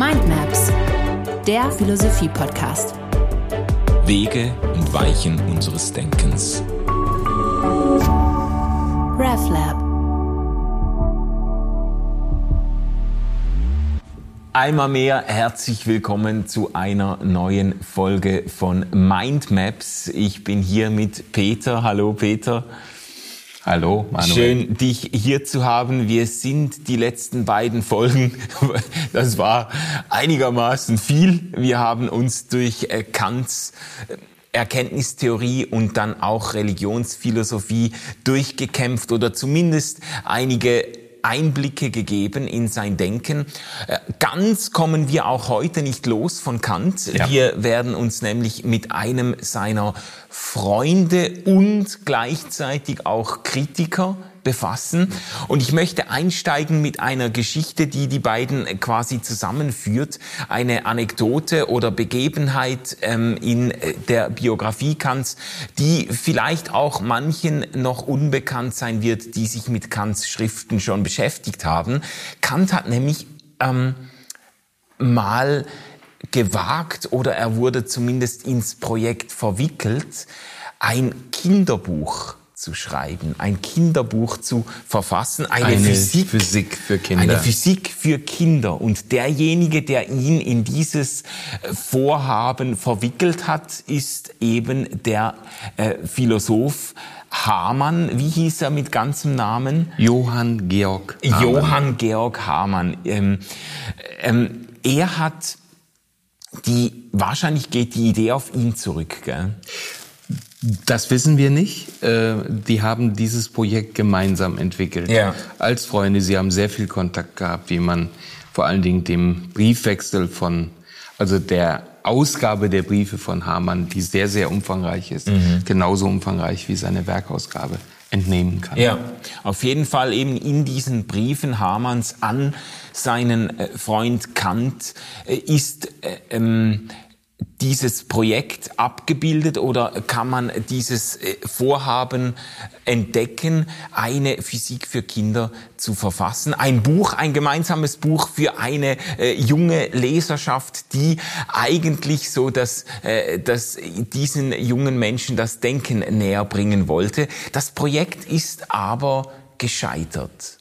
Mindmaps, der Philosophie-Podcast. Wege und Weichen unseres Denkens. RefLab. Einmal mehr herzlich willkommen zu einer neuen Folge von Mindmaps. Ich bin hier mit Peter. Hallo Peter. Hallo Manuel. Schön, dich hier zu haben. Wir sind die letzten beiden Folgen, das war einigermaßen viel. Wir haben uns durch Kants Erkenntnistheorie und dann auch Religionsphilosophie durchgekämpft oder zumindest einige Einblicke gegeben in sein Denken. Ganz kommen wir auch heute nicht los von Kant. Ja. Wir werden uns nämlich mit einem seiner Freunde und gleichzeitig auch Kritiker befassen. Und ich möchte einsteigen mit einer Geschichte, die die beiden quasi zusammenführt. Eine Anekdote oder Begebenheit in der Biografie Kants, die vielleicht auch manchen noch unbekannt sein wird, die sich mit Kants Schriften schon beschäftigt haben. Kant hat nämlich mal gewagt, oder er wurde zumindest ins Projekt verwickelt, ein Kinderbuch zu schreiben, ein Kinderbuch zu verfassen, eine Physik für Kinder. Eine Physik für Kinder. Und derjenige, der ihn in dieses Vorhaben verwickelt hat, ist eben der Philosoph Hamann. Wie hieß er mit ganzem Namen? Johann Georg Hamann. Johann Georg Hamann. Er hat wahrscheinlich geht die Idee auf ihn zurück, gell? Das wissen wir nicht. Die haben dieses Projekt gemeinsam entwickelt. Ja. Als Freunde. Sie haben sehr viel Kontakt gehabt, wie man vor allen Dingen dem Briefwechsel also der Ausgabe der Briefe von Hamann, die sehr, sehr umfangreich ist, genauso umfangreich wie seine Werkausgabe, entnehmen kann. Ja, auf jeden Fall eben in diesen Briefen Hamanns an seinen Freund Kant ist dieses Projekt abgebildet, oder kann man dieses Vorhaben entdecken, eine Physik für Kinder zu verfassen? Ein Buch, ein gemeinsames Buch für eine junge Leserschaft, die eigentlich so dass diesen jungen Menschen das Denken näher bringen wollte. Das Projekt ist aber gescheitert.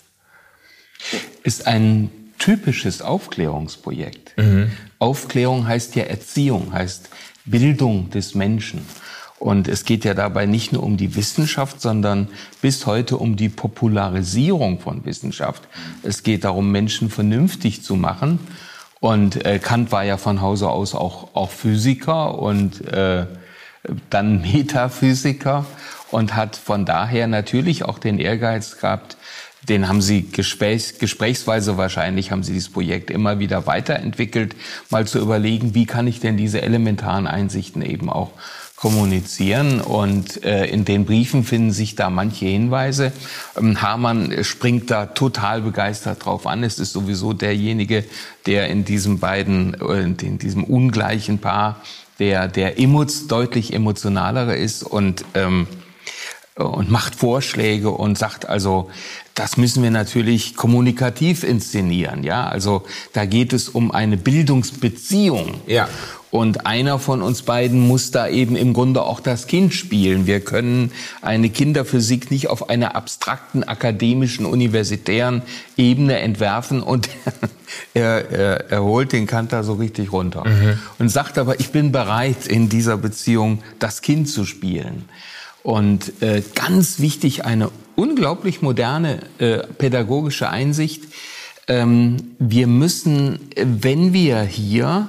Ist ein typisches Aufklärungsprojekt. Aufklärung heißt ja Erziehung, heißt Bildung des Menschen. Und es geht ja dabei nicht nur um die Wissenschaft, sondern bis heute um die Popularisierung von Wissenschaft. Es geht darum, Menschen vernünftig zu machen. Und Kant war ja von Hause aus auch Physiker und dann Metaphysiker und hat von daher natürlich auch den Ehrgeiz gehabt. Den haben sie gesprächsweise wahrscheinlich, haben sie dieses Projekt immer wieder weiterentwickelt, mal zu überlegen, wie kann ich denn diese elementaren Einsichten eben auch kommunizieren. Und in den Briefen finden sich da manche Hinweise. Hamann springt da total begeistert drauf an. Es ist sowieso derjenige, der in diesem ungleichen Paar, der deutlich emotionalere ist und macht Vorschläge und sagt also, das müssen wir natürlich kommunikativ inszenieren, ja. Also da geht es um eine Bildungsbeziehung. Ja. Und einer von uns beiden muss da eben im Grunde auch das Kind spielen. Wir können eine Kinderphysik nicht auf einer abstrakten, akademischen, universitären Ebene entwerfen. Und er holt den Kant da so richtig runter. Und sagt aber, ich bin bereit, in dieser Beziehung das Kind zu spielen. Und ganz wichtig, eine unglaublich moderne pädagogische Einsicht. Wir müssen, wenn wir hier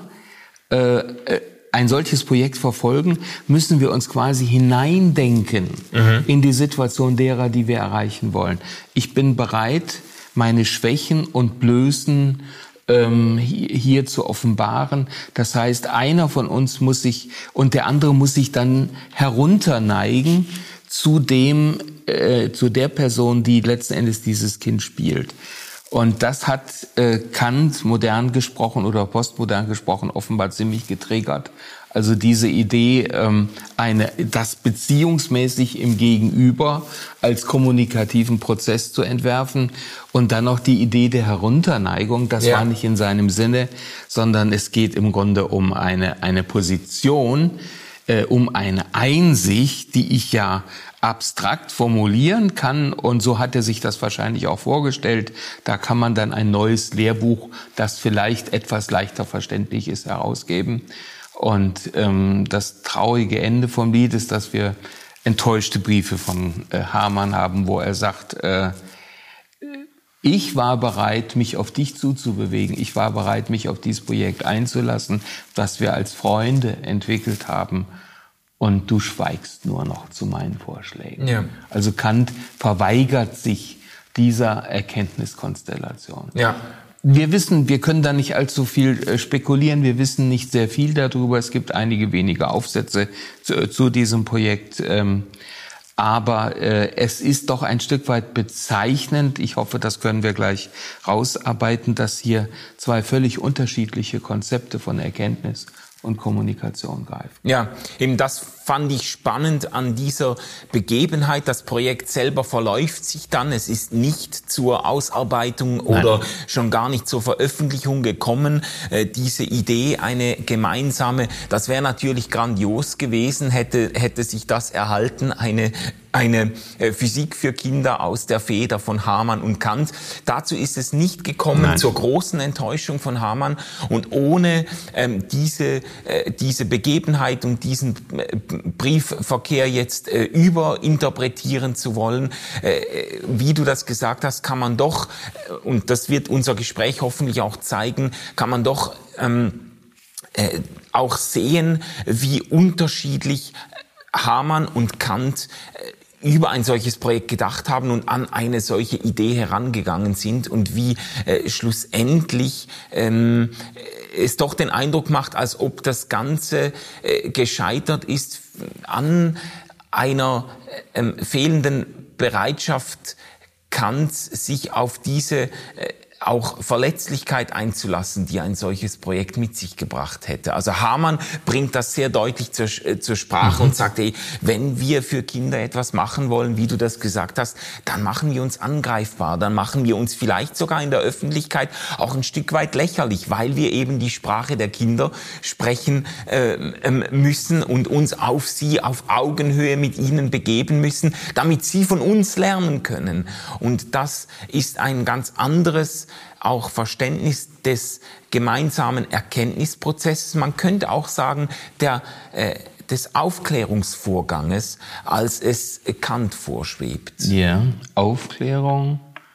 ein solches Projekt verfolgen, müssen wir uns quasi hineindenken in die Situation derer, die wir erreichen wollen. Ich bin bereit, meine Schwächen und Blößen hier zu offenbaren. Das heißt, einer von uns muss sich und der andere muss sich dann herunterneigen zu der Person, die letzten Endes dieses Kind spielt. Und das hat Kant modern gesprochen oder postmodern gesprochen offenbar ziemlich getriggert. Also diese Idee, das beziehungsmäßig im Gegenüber als kommunikativen Prozess zu entwerfen und dann noch die Idee der Herunterneigung, das war nicht in seinem Sinne, sondern es geht im Grunde um eine Position, um eine Einsicht, die ich ja abstrakt formulieren kann, und so hat er sich das wahrscheinlich auch vorgestellt. Da kann man dann ein neues Lehrbuch, das vielleicht etwas leichter verständlich ist, herausgeben. Und das traurige Ende vom Lied ist, dass wir enttäuschte Briefe von Hamann haben, wo er sagt, ich war bereit, mich auf dich zuzubewegen. Ich war bereit, mich auf dieses Projekt einzulassen, das wir als Freunde entwickelt haben. Und du schweigst nur noch zu meinen Vorschlägen. Ja. Also Kant verweigert sich dieser Erkenntniskonstellation. Ja. Wir können da nicht allzu viel spekulieren. Wir wissen nicht sehr viel darüber. Es gibt einige wenige Aufsätze zu diesem Projekt. Aber es ist doch ein Stück weit bezeichnend. Ich hoffe, das können wir gleich rausarbeiten, dass hier zwei völlig unterschiedliche Konzepte von Erkenntnis und Kommunikation greifen. Ja, eben das fand ich spannend an dieser Begebenheit. Das Projekt selber verläuft sich dann. Es ist nicht zur Ausarbeitung oder schon gar nicht zur Veröffentlichung gekommen. Diese Idee, eine gemeinsame, das wäre natürlich grandios gewesen, hätte sich das erhalten, eine Physik für Kinder aus der Feder von Hamann und Kant. Dazu ist es nicht gekommen, zur großen Enttäuschung von Hamann. Und ohne diese Begebenheit und diesen Briefverkehr jetzt überinterpretieren zu wollen, wie du das gesagt hast, kann man doch, und das wird unser Gespräch hoffentlich auch zeigen, kann man doch auch sehen, wie unterschiedlich Hamann und Kant über ein solches Projekt gedacht haben und an eine solche Idee herangegangen sind und wie schlussendlich es doch den Eindruck macht, als ob das Ganze gescheitert ist an einer fehlenden Bereitschaft Kants, sich auf diese auch Verletzlichkeit einzulassen, die ein solches Projekt mit sich gebracht hätte. Also Hamann bringt das sehr deutlich zur Sprache und sagt, ey, wenn wir für Kinder etwas machen wollen, wie du das gesagt hast, dann machen wir uns angreifbar, dann machen wir uns vielleicht sogar in der Öffentlichkeit auch ein Stück weit lächerlich, weil wir eben die Sprache der Kinder sprechen müssen und uns auf Augenhöhe mit ihnen begeben müssen, damit sie von uns lernen können. Und das ist ein ganz anderes auch Verständnis des gemeinsamen Erkenntnisprozesses. Man könnte auch sagen, des Aufklärungsvorganges, als es Kant vorschwebt. Ja, Aufklärung,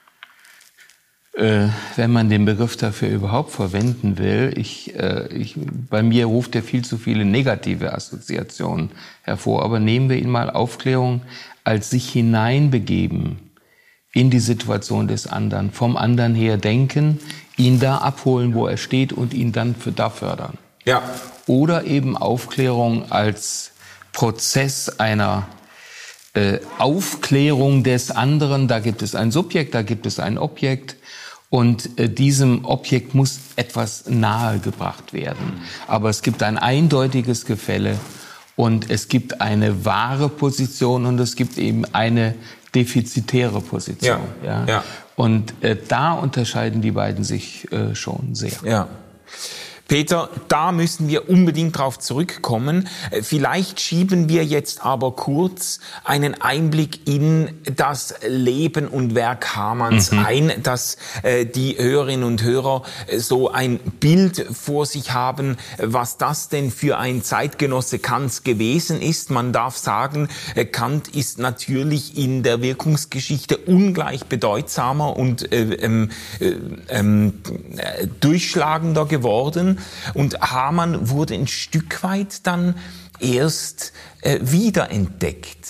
wenn man den Begriff dafür überhaupt verwenden will, bei mir ruft er viel zu viele negative Assoziationen hervor, aber nehmen wir ihn mal, Aufklärung als sich hineinbegeben in die Situation des anderen, vom anderen her denken, ihn da abholen, wo er steht und ihn dann da fördern. Ja. Oder eben Aufklärung als Prozess einer Aufklärung des anderen. Da gibt es ein Subjekt, da gibt es ein Objekt und diesem Objekt muss etwas nahegebracht werden. Aber es gibt ein eindeutiges Gefälle und es gibt eine wahre Position und es gibt eben eine defizitäre Position. Ja. Und da unterscheiden die beiden sich schon sehr. Ja. Peter, da müssen wir unbedingt drauf zurückkommen. Vielleicht schieben wir jetzt aber kurz einen Einblick in das Leben und Werk Hamanns ein, dass die Hörerinnen und Hörer so ein Bild vor sich haben, was das denn für ein Zeitgenosse Kants gewesen ist. Man darf sagen, Kant ist natürlich in der Wirkungsgeschichte ungleich bedeutsamer und durchschlagender geworden. Und Hamann wurde ein Stück weit dann erst wiederentdeckt.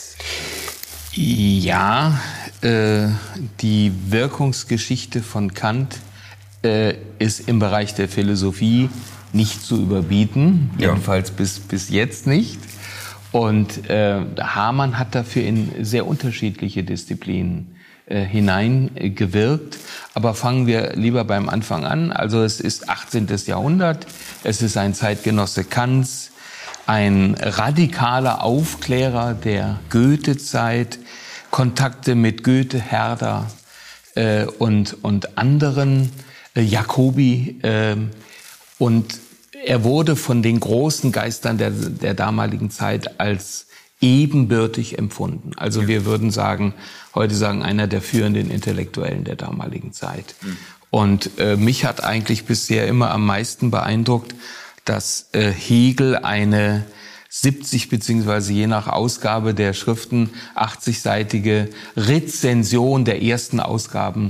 Ja, die Wirkungsgeschichte von Kant ist im Bereich der Philosophie nicht zu überbieten, jedenfalls bis jetzt nicht. Und Hamann hat dafür in sehr unterschiedliche Disziplinen hineingewirkt. Aber fangen wir lieber beim Anfang an. Also es ist 18. Jahrhundert, es ist ein Zeitgenosse Kants ein radikaler Aufklärer der Goethe-Zeit, Kontakte mit Goethe, Herder und anderen, Jacobi. Und er wurde von den großen Geistern der damaligen Zeit als ebenbürtig empfunden. Also wir würden heute sagen, einer der führenden Intellektuellen der damaligen Zeit. Und mich hat eigentlich bisher immer am meisten beeindruckt, dass Hegel eine 70 beziehungsweise je nach Ausgabe der Schriften 80-seitige Rezension der ersten Ausgabe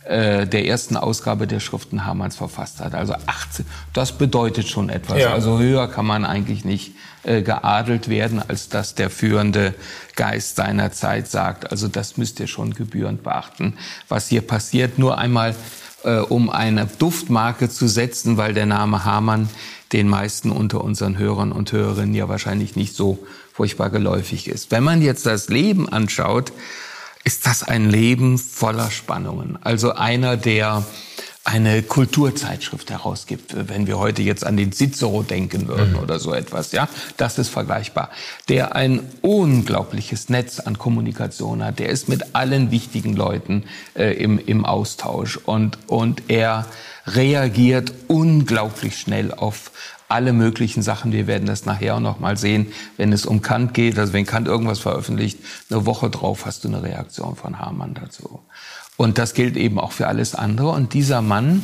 der Schriften Hamanns verfasst hat. Also 18, das bedeutet schon etwas. Ja. Also höher kann man eigentlich nicht geadelt werden, als dass der führende Geist seiner Zeit sagt. Also das müsst ihr schon gebührend beachten, was hier passiert. Nur einmal, um eine Duftmarke zu setzen, weil der Name Hamann den meisten unter unseren Hörern und Hörerinnen ja wahrscheinlich nicht so furchtbar geläufig ist. Wenn man jetzt das Leben anschaut, ist das ein Leben voller Spannungen. Also einer, der eine Kulturzeitschrift herausgibt, wenn wir heute jetzt an den Cicero denken würden oder so etwas, ja, das ist vergleichbar. Der ein unglaubliches Netz an Kommunikation hat, der ist mit allen wichtigen Leuten im Austausch und er reagiert unglaublich schnell auf alle möglichen Sachen. Wir werden das nachher auch noch mal sehen, wenn es um Kant geht. Also wenn Kant irgendwas veröffentlicht, eine Woche drauf hast du eine Reaktion von Hamann dazu. Und das gilt eben auch für alles andere. Und dieser Mann,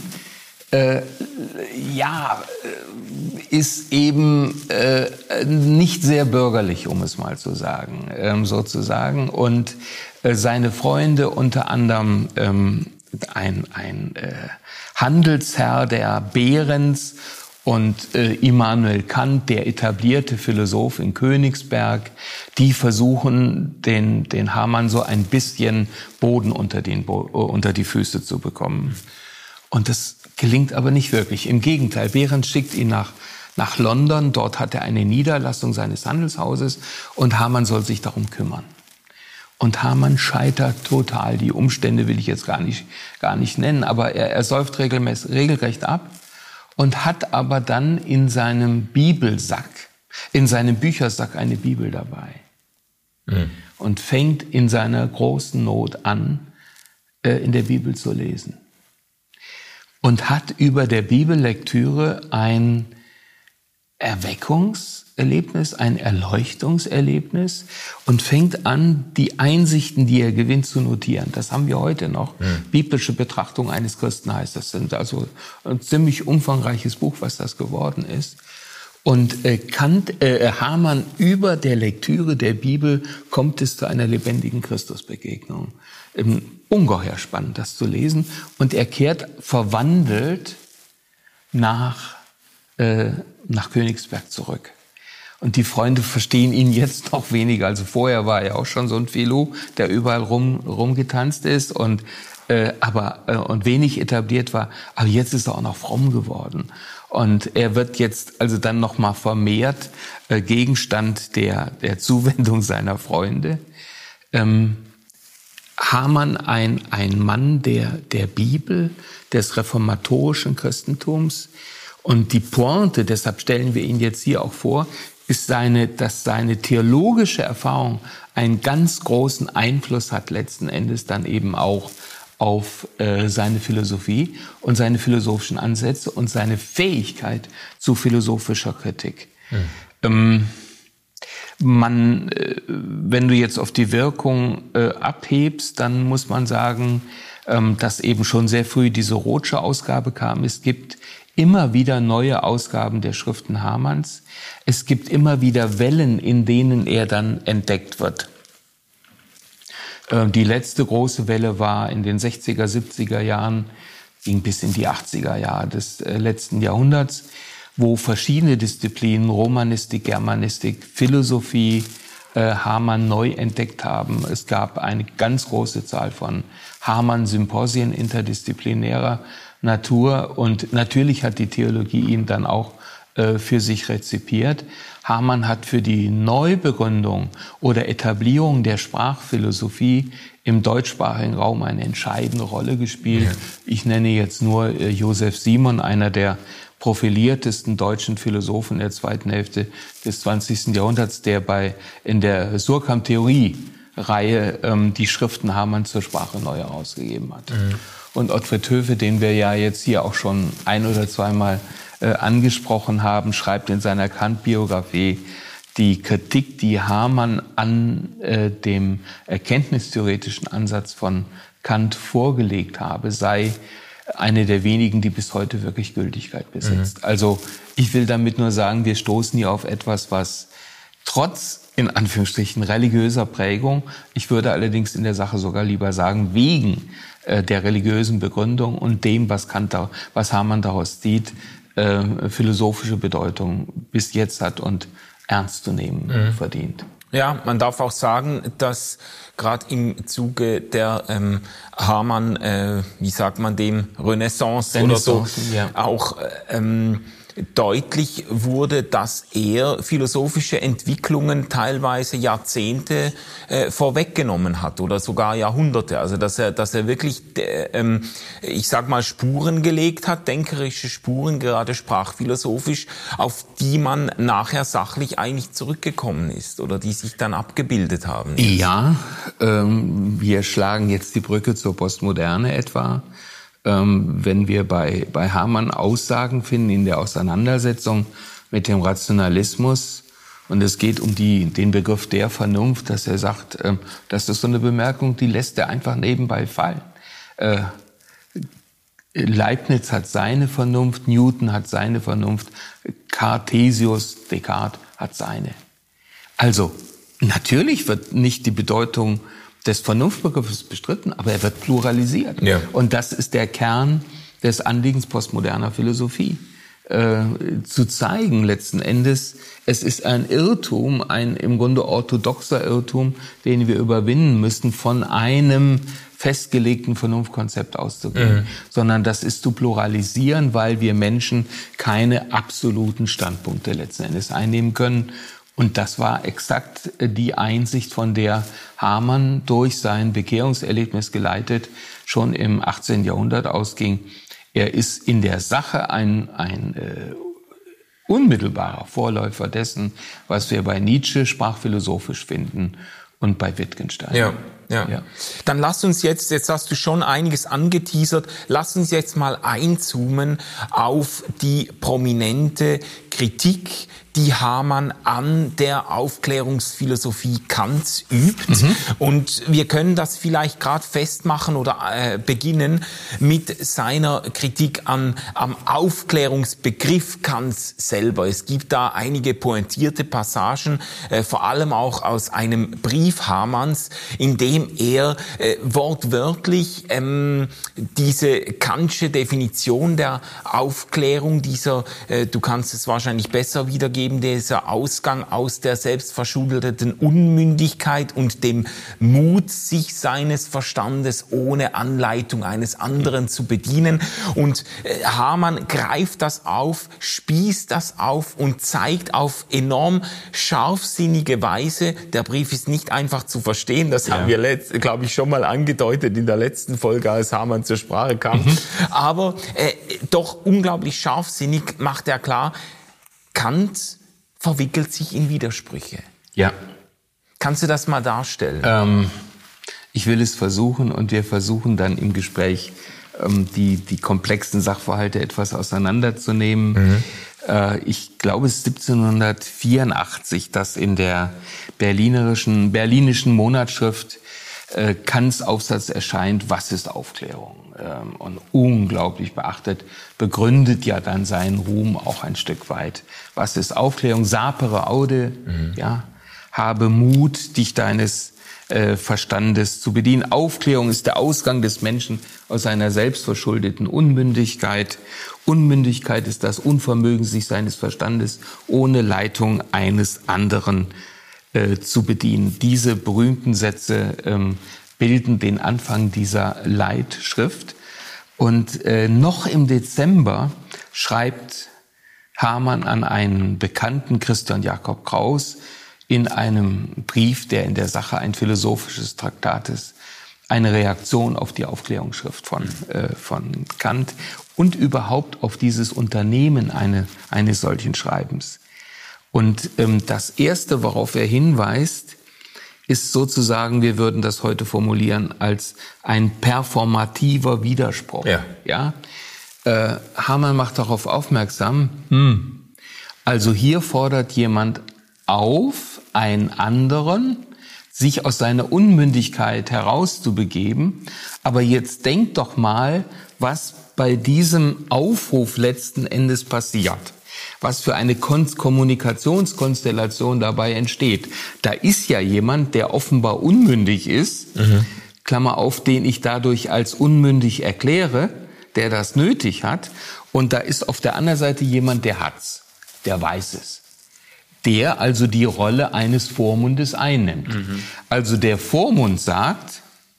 ist eben nicht sehr bürgerlich, um es mal zu sagen, sozusagen. Und seine Freunde, unter anderem ein Handelsherr der Behrens und Immanuel Kant, der etablierte Philosoph in Königsberg, die versuchen, den Hamann so ein bisschen Boden unter die Füße zu bekommen. Und das gelingt aber nicht wirklich. Im Gegenteil, Behrens schickt ihn nach London. Dort hat er eine Niederlassung seines Handelshauses und Hamann soll sich darum kümmern. Und Hamann scheitert total. Die Umstände will ich jetzt gar nicht nennen, aber er säuft regelrecht ab. Und hat aber dann in seinem Büchersack eine Bibel dabei. Und fängt in seiner großen Not an, in der Bibel zu lesen. Und hat über der Bibellektüre ein Erweckungserlebnis, ein Erleuchtungserlebnis und fängt an, die Einsichten, die er gewinnt, zu notieren. Das haben wir heute noch. Biblische Betrachtung eines Christen heißt das. Das ist also ein ziemlich umfangreiches Buch, was das geworden ist. Und Hamann, über der Lektüre der Bibel kommt es zu einer lebendigen Christusbegegnung. Ungeheuer spannend, das zu lesen. Und er kehrt verwandelt nach Königsberg zurück. Und die Freunde verstehen ihn jetzt noch weniger. Also vorher war er auch schon so ein Philo, der überall rumgetanzt ist und wenig etabliert war. Aber jetzt ist er auch noch fromm geworden. Und er wird jetzt also dann noch mal vermehrt Gegenstand der Zuwendung seiner Freunde. Hamann, ein Mann der Bibel, des reformatorischen Christentums. Und die Pointe, deshalb stellen wir ihn jetzt hier auch vor, ist dass seine theologische Erfahrung einen ganz großen Einfluss hat, letzten Endes dann eben auch auf seine Philosophie und seine philosophischen Ansätze und seine Fähigkeit zu philosophischer Kritik. Wenn du jetzt auf die Wirkung abhebst, dann muss man sagen, dass eben schon sehr früh diese Rothsche Ausgabe kam. Es gibt immer wieder neue Ausgaben der Schriften Hamanns. Es gibt immer wieder Wellen, in denen er dann entdeckt wird. Die letzte große Welle war in den 60er, 70er Jahren, ging bis in die 80er Jahre des letzten Jahrhunderts, wo verschiedene Disziplinen, Romanistik, Germanistik, Philosophie, Hamann neu entdeckt haben. Es gab eine ganz große Zahl von Hamann-Symposien interdisziplinärer Natur und natürlich hat die Theologie ihn dann auch für sich rezipiert. Hamann hat für die Neubegründung oder Etablierung der Sprachphilosophie im deutschsprachigen Raum eine entscheidende Rolle gespielt. Ja. Ich nenne jetzt nur Joseph Simon, einer der profiliertesten deutschen Philosophen der zweiten Hälfte des 20. Jahrhunderts, der in der Surkamp-Theorie-Reihe die Schriften Hamanns zur Sprache neu herausgegeben hat. Und Ottfried Höfe, den wir ja jetzt hier auch schon ein- oder zweimal angesprochen haben, schreibt in seiner Kant-Biografie, die Kritik, die Hamann an dem erkenntnistheoretischen Ansatz von Kant vorgelegt habe, sei eine der wenigen, die bis heute wirklich Gültigkeit besitzt. Also ich will damit nur sagen, wir stoßen hier auf etwas, was trotz, in Anführungsstrichen, religiöser Prägung, ich würde allerdings in der Sache sogar lieber sagen, wegen der religiösen Begründung und dem, was Hamann daraus zieht, philosophische Bedeutung bis jetzt hat und ernst zu nehmen verdient. Ja, man darf auch sagen, dass gerade im Zuge der Hamann, wie sagt man dem, Renaissance oder so, ja, auch deutlich wurde, dass er philosophische Entwicklungen teilweise Jahrzehnte vorweggenommen hat oder sogar Jahrhunderte. Also dass er wirklich, ich sag mal, Spuren gelegt hat, denkerische Spuren, gerade sprachphilosophisch, auf die man nachher sachlich eigentlich zurückgekommen ist oder die sich dann abgebildet haben. Ja, wir schlagen jetzt die Brücke zur Postmoderne etwa. Wenn wir bei Hamann Aussagen finden in der Auseinandersetzung mit dem Rationalismus, und es geht um den Begriff der Vernunft, dass er sagt, das ist so eine Bemerkung, die lässt er einfach nebenbei fallen. Leibniz hat seine Vernunft, Newton hat seine Vernunft, Cartesius, Descartes hat seine. Also, natürlich wird nicht die Bedeutung des Vernunftbegriffs bestritten, aber er wird pluralisiert. Ja. Und das ist der Kern des Anliegens postmoderner Philosophie. Zu zeigen letzten Endes, es ist ein Irrtum, ein im Grunde orthodoxer Irrtum, den wir überwinden müssen, von einem festgelegten Vernunftkonzept auszugehen, sondern das ist zu pluralisieren, weil wir Menschen keine absoluten Standpunkte letzten Endes einnehmen können. Und das war exakt die Einsicht, von der Hamann durch sein Bekehrungserlebnis geleitet schon im 18. Jahrhundert ausging. Er ist in der Sache ein unmittelbarer Vorläufer dessen, was wir bei Nietzsche sprachphilosophisch finden und bei Wittgenstein. Ja. Dann lass uns jetzt hast du schon einiges angeteasert, lass uns jetzt mal einzoomen auf die prominente Kritik, die Hamann an der Aufklärungsphilosophie Kants übt. Und wir können das vielleicht gerade festmachen oder beginnen mit seiner Kritik am Aufklärungsbegriff Kants selber. Es gibt da einige pointierte Passagen, vor allem auch aus einem Brief Hamanns, in dem er wortwörtlich diese Kantsche Definition der Aufklärung, du kannst es wahrscheinlich besser wiedergeben, dieser Ausgang aus der selbstverschuldeten Unmündigkeit und dem Mut, sich seines Verstandes ohne Anleitung eines anderen zu bedienen. Und Hamann greift das auf, spießt das auf und zeigt auf enorm scharfsinnige Weise, der Brief ist nicht einfach zu verstehen, das haben wir glaube ich schon mal angedeutet in der letzten Folge, als Hamann zur Sprache kam, aber doch unglaublich scharfsinnig macht er klar, Kant verwickelt sich in Widersprüche. Ja. Kannst du das mal darstellen? Ich will es versuchen und wir versuchen dann im Gespräch die komplexen Sachverhalte etwas auseinanderzunehmen. Ich glaube, es ist 1784, dass in der berlinischen Monatsschrift Kants Aufsatz erscheint, was ist Aufklärung? Und unglaublich beachtet, begründet ja dann seinen Ruhm auch ein Stück weit. Was ist Aufklärung? Sapere aude, habe Mut, dich deines Verstandes zu bedienen. Aufklärung ist der Ausgang des Menschen aus seiner selbstverschuldeten Unmündigkeit. Unmündigkeit ist das Unvermögen, sich seines Verstandes ohne Leitung eines anderen zu bedienen. Diese berühmten Sätze bilden den Anfang dieser Leitschrift. Und noch im Dezember schreibt Hamann an einen Bekannten, Christian Jakob Kraus, in einem Brief, der in der Sache ein philosophisches Traktat ist, eine Reaktion auf die Aufklärungsschrift von Kant und überhaupt auf dieses Unternehmen eines solchen Schreibens. Und das Erste, worauf er hinweist, ist sozusagen, wir würden das heute formulieren, als ein performativer Widerspruch. Ja? Hamann macht darauf aufmerksam, also hier fordert jemand auf, einen anderen, sich aus seiner Unmündigkeit herauszubegeben. Aber jetzt denkt doch mal, was bei diesem Aufruf letzten Endes passiert. Was für eine Kommunikationskonstellation dabei entsteht. Da ist ja jemand, der offenbar unmündig ist, Klammer auf, den ich dadurch als unmündig erkläre, der das nötig hat. Und da ist auf der anderen Seite jemand, der hat's, der weiß es. Der also die Rolle eines Vormundes einnimmt. Also der Vormund sagt,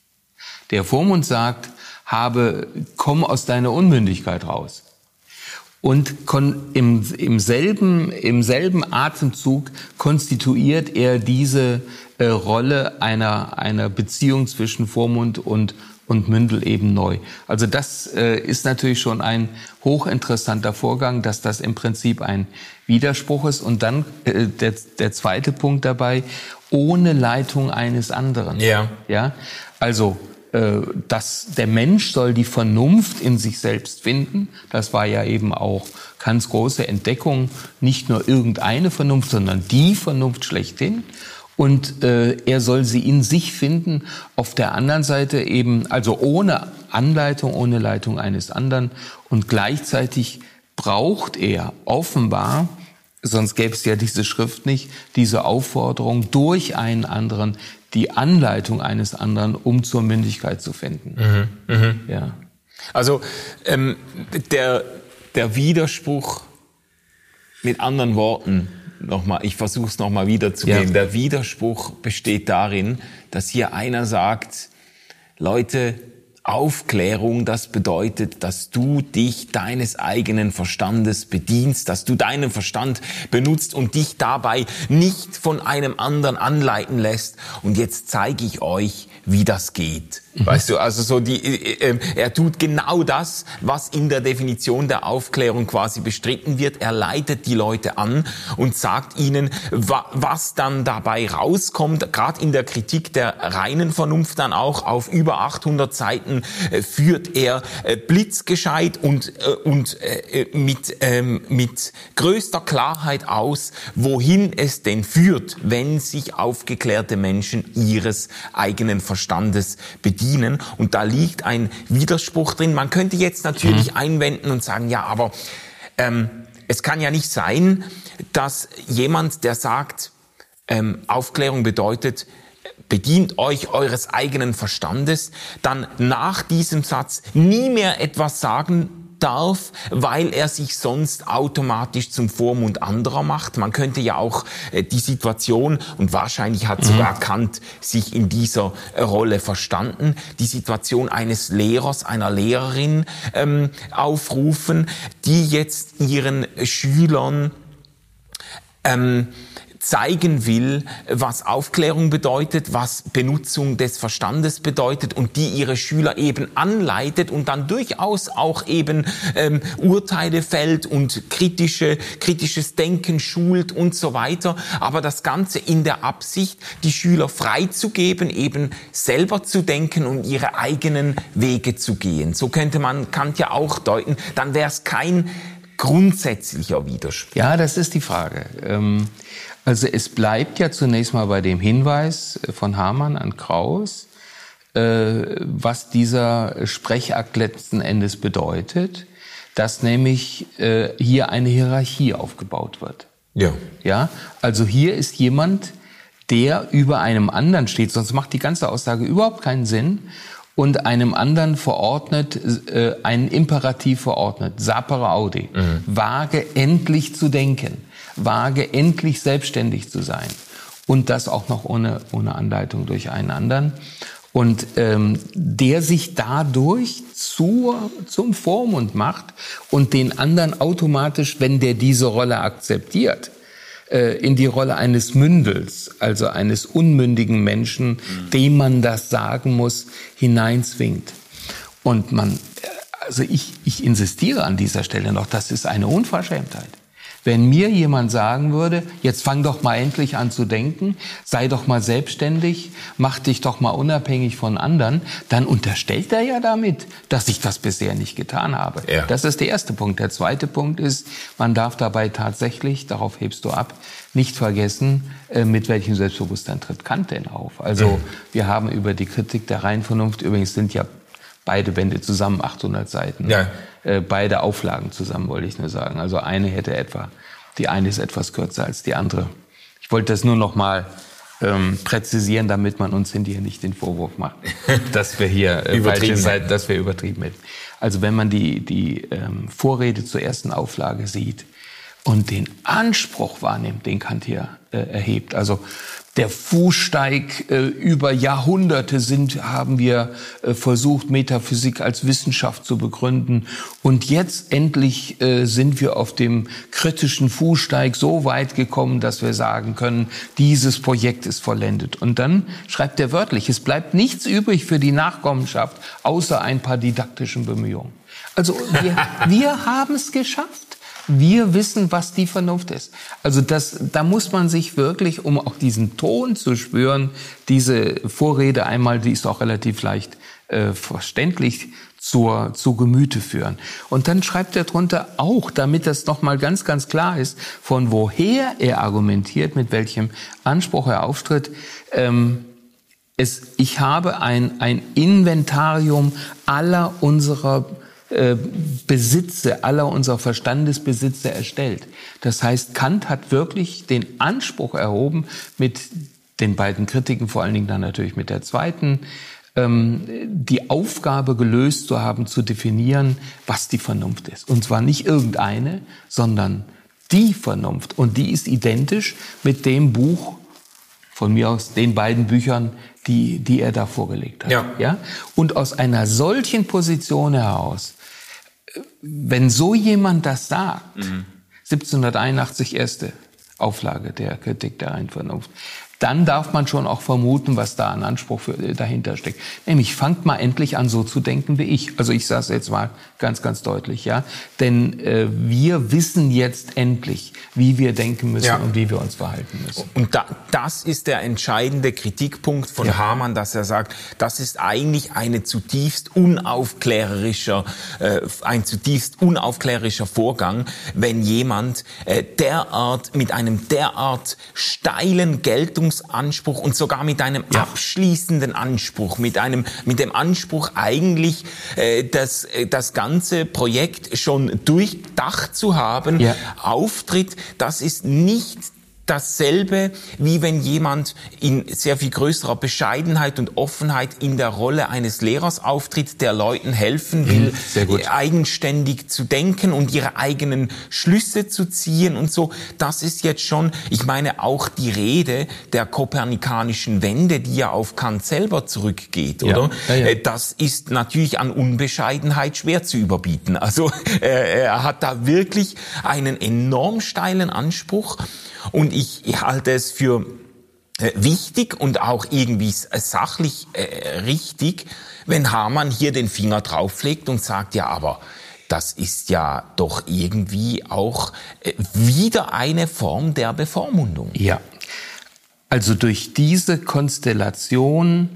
komm aus deiner Unmündigkeit raus. Und im selben Atemzug konstituiert er diese Rolle einer Beziehung zwischen Vormund und Mündel eben neu. Also das ist natürlich schon ein hochinteressanter Vorgang, dass das im Prinzip ein Widerspruch ist. Und dann der zweite Punkt dabei, ohne Leitung eines anderen. Ja. Also der Mensch soll die Vernunft in sich selbst finden. Das war ja eben auch Kants große Entdeckung. Nicht nur irgendeine Vernunft, sondern die Vernunft schlechthin. Und er soll sie in sich finden. Auf der anderen Seite eben, also ohne Anleitung, ohne Leitung eines anderen. Und gleichzeitig braucht er offenbar, sonst gäbe es ja diese Schrift nicht, diese Aufforderung durch einen anderen, die Anleitung eines anderen, um zur Mündigkeit zu finden. Ja. Also der Widerspruch, mit anderen Worten, ich versuche es nochmal wiederzugeben. Ja. Der Widerspruch besteht darin, dass hier einer sagt, Leute, Aufklärung, das bedeutet, dass du dich deines eigenen Verstandes bedienst, dass du deinen Verstand benutzt und dich dabei nicht von einem anderen anleiten lässt. Und jetzt zeige ich euch, wie das geht. Weißt du, also er tut genau das, was in der Definition der Aufklärung quasi bestritten wird. Er leitet die Leute an und sagt ihnen, was dann dabei rauskommt. Gerade in der Kritik der reinen Vernunft dann auch auf über 800 Seiten führt er blitzgescheit und mit größter Klarheit aus, wohin es denn führt, wenn sich aufgeklärte Menschen ihres eigenen Verstandes bedienen. Und da liegt ein Widerspruch drin. Man könnte jetzt natürlich einwenden und sagen, ja, aber es kann ja nicht sein, dass jemand, der sagt, Aufklärung bedeutet, bedient euch eures eigenen Verstandes, dann nach diesem Satz nie mehr etwas sagen darf, weil er sich sonst automatisch zum Vormund anderer macht. Man könnte ja auch die Situation, und wahrscheinlich hat sogar Kant sich in dieser Rolle verstanden, die Situation eines Lehrers, einer Lehrerin aufrufen, die jetzt ihren Schülern zeigen will, was Aufklärung bedeutet, was Benutzung des Verstandes bedeutet und die ihre Schüler eben anleitet und dann durchaus auch eben Urteile fällt und kritisches Denken schult und so weiter. Aber das Ganze in der Absicht, die Schüler freizugeben, eben selber zu denken und ihre eigenen Wege zu gehen. So könnte man Kant ja auch deuten. Dann wäre es kein grundsätzlicher Widerspruch. Ja, das ist die Frage. Also es bleibt ja zunächst mal bei dem Hinweis von Hamann an Kraus, was dieser Sprechakt letzten Endes bedeutet, dass nämlich hier eine Hierarchie aufgebaut wird. Ja, also hier ist jemand, der über einem anderen steht, sonst macht die ganze Aussage überhaupt keinen Sinn, und einem anderen verordnet, einen Imperativ verordnet, sapere aude, wage endlich zu denken, wage endlich selbstständig zu sein und das auch noch ohne Anleitung durch einen anderen. Und der sich dadurch zum Vormund macht und den anderen automatisch, wenn der diese Rolle akzeptiert, in die Rolle eines Mündels, also eines unmündigen Menschen, dem man das sagen muss, hineinzwingt. Und ich insistiere an dieser Stelle noch, das ist eine Unverschämtheit. Wenn mir jemand sagen würde, jetzt fang doch mal endlich an zu denken, sei doch mal selbstständig, mach dich doch mal unabhängig von anderen, dann unterstellt er ja damit, dass ich das bisher nicht getan habe. Ja. Das ist der erste Punkt. Der zweite Punkt ist, man darf dabei tatsächlich, darauf hebst du ab, nicht vergessen, mit welchem Selbstbewusstsein tritt Kant denn auf. Also wir haben über die Kritik der reinen Vernunft, übrigens sind ja beide Bände zusammen 800 Seiten. Ja. Beide Auflagen zusammen, wollte ich nur sagen. Also die eine ist etwas kürzer als die andere. Ich wollte das nur noch mal präzisieren, damit man uns hinterher nicht den Vorwurf macht, dass wir hier dass wir übertrieben hätten. Also wenn man die Vorrede zur ersten Auflage sieht und den Anspruch wahrnimmt, den Kant hier erhebt, also der Fußsteig über Jahrhunderte haben wir versucht, Metaphysik als Wissenschaft zu begründen. Und jetzt endlich sind wir auf dem kritischen Fußsteig so weit gekommen, dass wir sagen können, dieses Projekt ist vollendet. Und dann schreibt er wörtlich, es bleibt nichts übrig für die Nachkommenschaft, außer ein paar didaktischen Bemühungen. Also wir haben es geschafft. Wir wissen, was die Vernunft ist. Also da muss man sich wirklich, um auch diesen Ton zu spüren, diese Vorrede einmal, die ist auch relativ leicht verständlich, zu Gemüte führen. Und dann schreibt er drunter auch, damit das nochmal ganz, ganz klar ist, von woher er argumentiert, mit welchem Anspruch er auftritt. Ich habe ein Inventarium aller unserer Besitze, aller unserer Verstandesbesitze erstellt. Das heißt, Kant hat wirklich den Anspruch erhoben, mit den beiden Kritiken, vor allen Dingen dann natürlich mit der zweiten, die Aufgabe gelöst zu haben, zu definieren, was die Vernunft ist. Und zwar nicht irgendeine, sondern die Vernunft. Und die ist identisch mit dem Buch, von mir aus den beiden Büchern, die er da vorgelegt hat. Ja? Und aus einer solchen Position heraus, wenn so jemand das sagt, 1781 erste Auflage der Kritik der reinen Vernunft, dann darf man schon auch vermuten, was da an Anspruch dahinter steckt. Nämlich, fangt mal endlich an, so zu denken wie ich. Also ich sage es jetzt mal ganz, ganz deutlich, ja. Denn wir wissen jetzt endlich, wie wir denken müssen und wie wir uns verhalten müssen. Und das ist der entscheidende Kritikpunkt von Hamann, dass er sagt, das ist eigentlich ein zutiefst unaufklärerischer Vorgang, wenn jemand mit einem derart steilen Geltungsanspruch und sogar mit einem abschließenden Anspruch, mit dem Anspruch eigentlich das ganze Projekt schon durchdacht zu haben, auftritt. Das ist nicht dasselbe, wie wenn jemand in sehr viel größerer Bescheidenheit und Offenheit in der Rolle eines Lehrers auftritt, der Leuten helfen will, eigenständig zu denken und ihre eigenen Schlüsse zu ziehen und so. Das ist jetzt schon, ich meine, auch die Rede der kopernikanischen Wende, die ja auf Kant selber zurückgeht, oder? Ja. Das ist natürlich an Unbescheidenheit schwer zu überbieten. Also er hat da wirklich einen enorm steilen Anspruch. Und ich halte es für wichtig und auch irgendwie sachlich richtig, wenn Hamann hier den Finger drauflegt und sagt, ja, aber das ist ja doch irgendwie auch wieder eine Form der Bevormundung. Ja, also durch diese Konstellation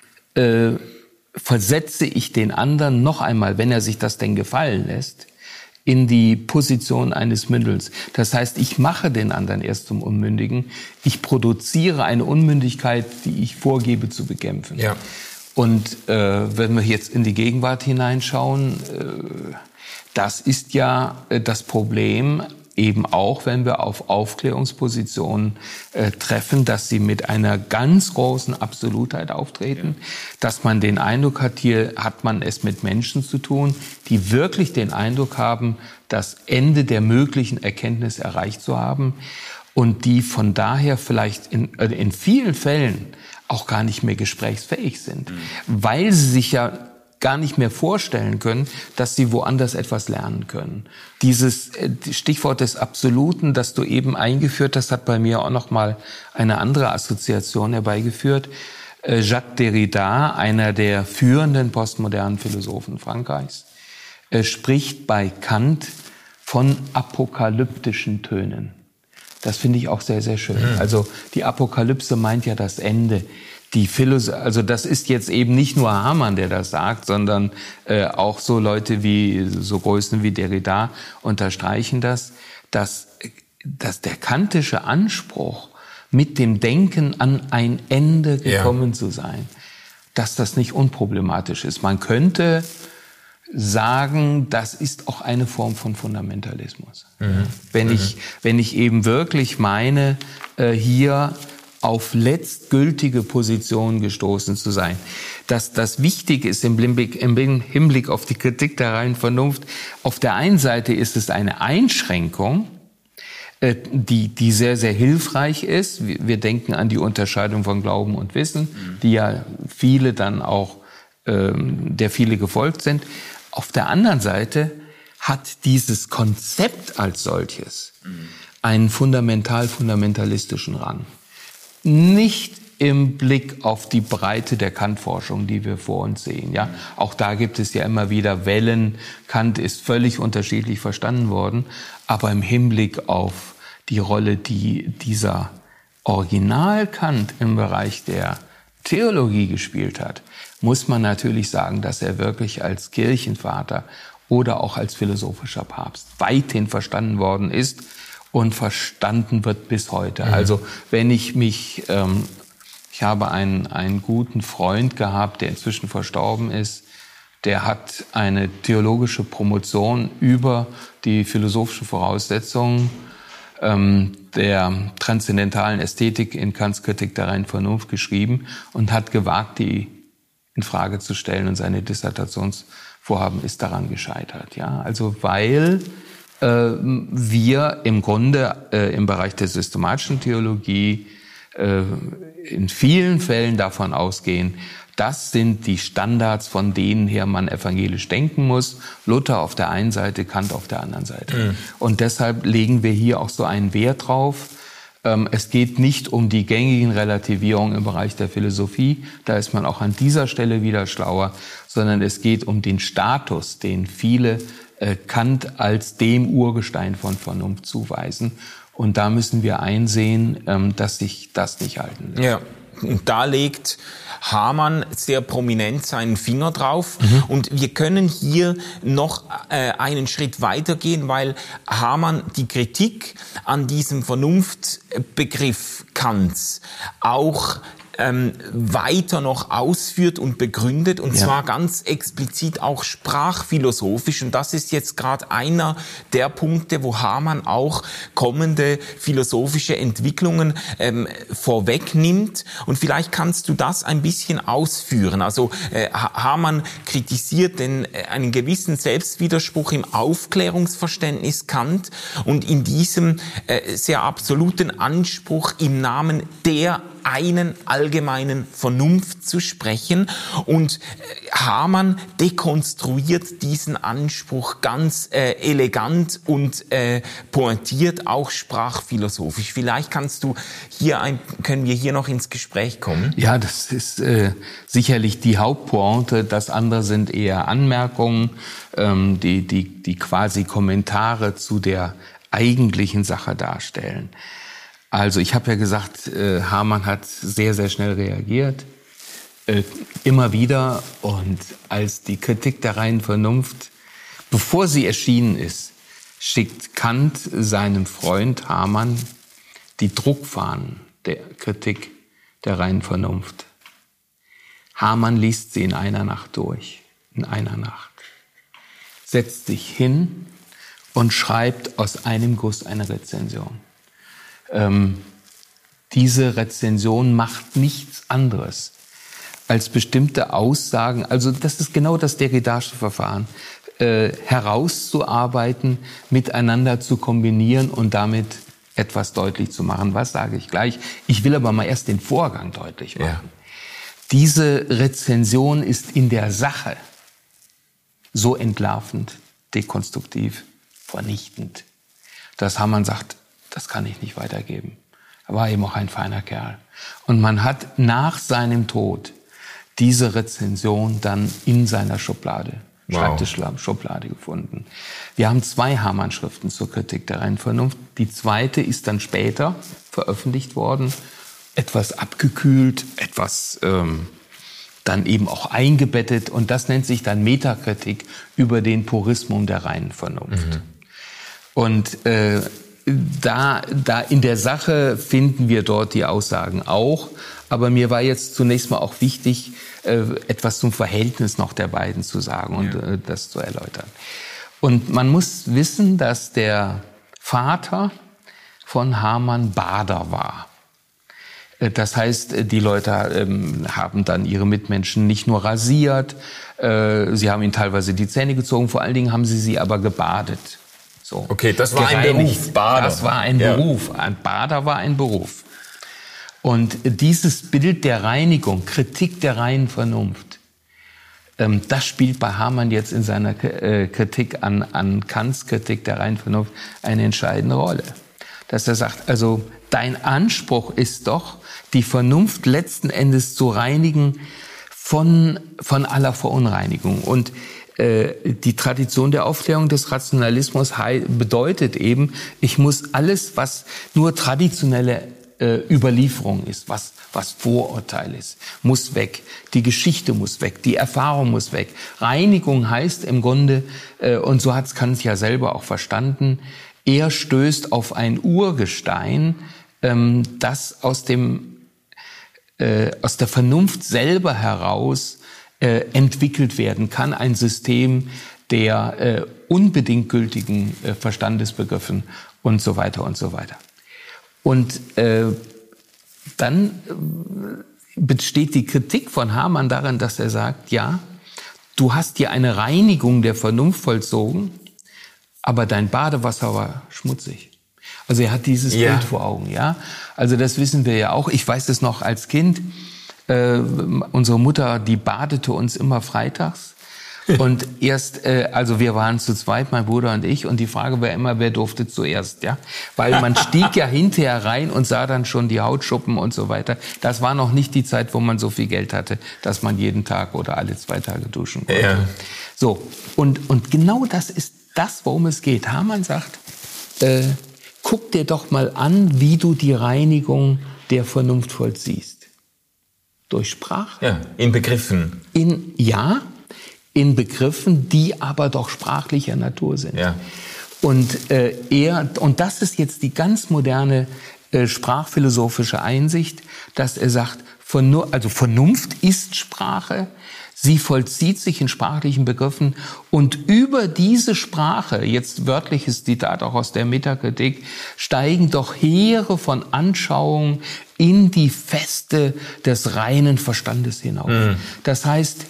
versetze ich den anderen noch einmal, wenn er sich das denn gefallen lässt, in die Position eines Mündels. Das heißt, ich mache den anderen erst zum Unmündigen. Ich produziere eine Unmündigkeit, die ich vorgebe zu bekämpfen. Ja. Und wenn wir jetzt in die Gegenwart hineinschauen, das ist ja das Problem, eben auch, wenn wir auf Aufklärungspositionen treffen, dass sie mit einer ganz großen Absolutheit auftreten, dass man den Eindruck hat, hier hat man es mit Menschen zu tun, die wirklich den Eindruck haben, das Ende der möglichen Erkenntnis erreicht zu haben und die von daher vielleicht in vielen Fällen auch gar nicht mehr gesprächsfähig sind, weil sie sich ja gar nicht mehr vorstellen können, dass sie woanders etwas lernen können. Dieses Stichwort des Absoluten, das du eben eingeführt hast, hat bei mir auch noch mal eine andere Assoziation herbeigeführt. Jacques Derrida, einer der führenden postmodernen Philosophen Frankreichs, spricht bei Kant von apokalyptischen Tönen. Das finde ich auch sehr, sehr schön. Also die Apokalypse meint ja das Ende. Also das ist jetzt eben nicht nur Hamann, der das sagt, sondern auch so Leute so Größen wie Derrida unterstreichen das, dass der kantische Anspruch, mit dem Denken an ein Ende gekommen zu sein, dass das nicht unproblematisch ist. Man könnte sagen, das ist auch eine Form von Fundamentalismus. Wenn ich eben wirklich meine, hier auf letztgültige Positionen gestoßen zu sein. Dass das wichtig ist im Hinblick auf die Kritik der reinen Vernunft. Auf der einen Seite ist es eine Einschränkung, die sehr, sehr hilfreich ist. Wir denken an die Unterscheidung von Glauben und Wissen, die ja viele dann auch, der viele gefolgt sind. Auf der anderen Seite hat dieses Konzept als solches einen fundamentalistischen Rang. Nicht im Blick auf die Breite der Kant-Forschung, die wir vor uns sehen. Ja, auch da gibt es ja immer wieder Wellen. Kant ist völlig unterschiedlich verstanden worden. Aber im Hinblick auf die Rolle, die dieser Original-Kant im Bereich der Theologie gespielt hat, muss man natürlich sagen, dass er wirklich als Kirchenvater oder auch als philosophischer Papst weithin verstanden worden ist und verstanden wird bis heute. Also wenn ich habe einen guten Freund gehabt, der inzwischen verstorben ist, der hat eine theologische Promotion über die philosophischen Voraussetzungen der transzendentalen Ästhetik in Kants Kritik der reinen Vernunft geschrieben und hat gewagt, die in Frage zu stellen, und seine Dissertationsvorhaben ist daran gescheitert. Ja, also weil wir im Grunde im Bereich der systematischen Theologie in vielen Fällen davon ausgehen, das sind die Standards, von denen her man evangelisch denken muss. Luther auf der einen Seite, Kant auf der anderen Seite. Und deshalb legen wir hier auch so einen Wert drauf. Es geht nicht um die gängigen Relativierungen im Bereich der Philosophie, da ist man auch an dieser Stelle wieder schlauer, sondern es geht um den Status, den viele Kant als dem Urgestein von Vernunft zuweisen. Und da müssen wir einsehen, dass sich das nicht halten lässt. Ja, und da legt Hamann sehr prominent seinen Finger drauf. Und wir können hier noch einen Schritt weitergehen, weil Hamann die Kritik an diesem Vernunftbegriff Kants auch weiter noch ausführt und begründet, und zwar ganz explizit auch sprachphilosophisch. Und das ist jetzt gerade einer der Punkte, wo Hamann auch kommende philosophische Entwicklungen vorwegnimmt. Und vielleicht kannst du das ein bisschen ausführen. Also Hamann kritisiert einen gewissen Selbstwiderspruch im Aufklärungsverständnis Kant und in diesem sehr absoluten Anspruch, im Namen der einen allgemeinen Vernunft zu sprechen. Und Hamann dekonstruiert diesen Anspruch ganz elegant und pointiert, auch sprachphilosophisch. Vielleicht können wir hier noch ins Gespräch kommen. Ja, das ist sicherlich die Hauptpointe. Das andere sind eher Anmerkungen, die quasi Kommentare zu der eigentlichen Sache darstellen. Also ich habe ja gesagt, Hamann hat sehr, sehr schnell reagiert, immer wieder. Und als die Kritik der reinen Vernunft, bevor sie erschienen ist, schickt Kant seinem Freund Hamann die Druckfahnen der Kritik der reinen Vernunft. Hamann liest sie in einer Nacht durch, setzt sich hin und schreibt aus einem Guss eine Rezension. Diese Rezension macht nichts anderes als bestimmte Aussagen, also das ist genau das Derridasche Verfahren, herauszuarbeiten, miteinander zu kombinieren und damit etwas deutlich zu machen. Was sage ich gleich? Ich will aber mal erst den Vorgang deutlich machen. Ja. Diese Rezension ist in der Sache so entlarvend, dekonstruktiv, vernichtend, dass Hamann sagt, das kann ich nicht weitergeben. Er war eben auch ein feiner Kerl. Und man hat nach seinem Tod diese Rezension dann in seiner Schreibtischschublade gefunden. Wir haben 2 Hamann-Schriften zur Kritik der reinen Vernunft. Die zweite ist dann später veröffentlicht worden, etwas abgekühlt, etwas dann eben auch eingebettet. Und das nennt sich dann Metakritik über den Purismus der reinen Vernunft. Und da in der Sache finden wir dort die Aussagen auch. Aber mir war jetzt zunächst mal auch wichtig, etwas zum Verhältnis noch der beiden zu sagen und das zu erläutern. Und man muss wissen, dass der Vater von Hamann Bader war. Das heißt, die Leute haben dann ihre Mitmenschen nicht nur rasiert, sie haben ihnen teilweise die Zähne gezogen, vor allen Dingen haben sie aber gebadet. So. Okay, das war ein Beruf, Bader. Das war ein Beruf. Ein Bader war ein Beruf. Und dieses Bild der Reinigung, Kritik der reinen Vernunft, das spielt bei Hamann jetzt in seiner Kritik an Kants Kritik der reinen Vernunft eine entscheidende Rolle. Dass er sagt, also dein Anspruch ist doch, die Vernunft letzten Endes zu reinigen von aller Verunreinigung. Und die Tradition der Aufklärung des Rationalismus bedeutet eben, ich muss alles, was nur traditionelle Überlieferung ist, was Vorurteil ist, muss weg. Die Geschichte muss weg, die Erfahrung muss weg. Reinigung heißt im Grunde, und so hat es Kant ja selber auch verstanden, er stößt auf ein Urgestein, das aus der Vernunft selber heraus entwickelt werden kann. Ein System der unbedingt gültigen Verstandesbegriffen und so weiter und so weiter. Und dann besteht die Kritik von Hamann darin, dass er sagt, ja, du hast hier eine Reinigung der Vernunft vollzogen, aber dein Badewasser war schmutzig. Also er hat dieses Bild vor Augen, ja. Also das wissen wir ja auch. Ich weiß es noch als Kind. Unsere Mutter, die badete uns immer freitags. Und also wir waren zu zweit, mein Bruder und ich, und die Frage war immer, wer durfte zuerst, ja? Weil man stieg ja hinterher rein und sah dann schon die Hautschuppen und so weiter. Das war noch nicht die Zeit, wo man so viel Geld hatte, dass man jeden Tag oder alle 2 Tage duschen konnte. Ja. So, und genau das ist das, worum es geht. Hamann sagt, guck dir doch mal an, wie du die Reinigung der Vernunft vollziehst. Durch Sprache. Ja, in Begriffen. In Begriffen, die aber doch sprachlicher Natur sind. Ja. Und das ist jetzt die ganz moderne sprachphilosophische Einsicht, dass er sagt, Vernunft ist Sprache, sie vollzieht sich in sprachlichen Begriffen und über diese Sprache, jetzt wörtliches Zitat auch aus der Metakritik, steigen doch Heere von Anschauungen in die Feste des reinen Verstandes hinauf. Das heißt,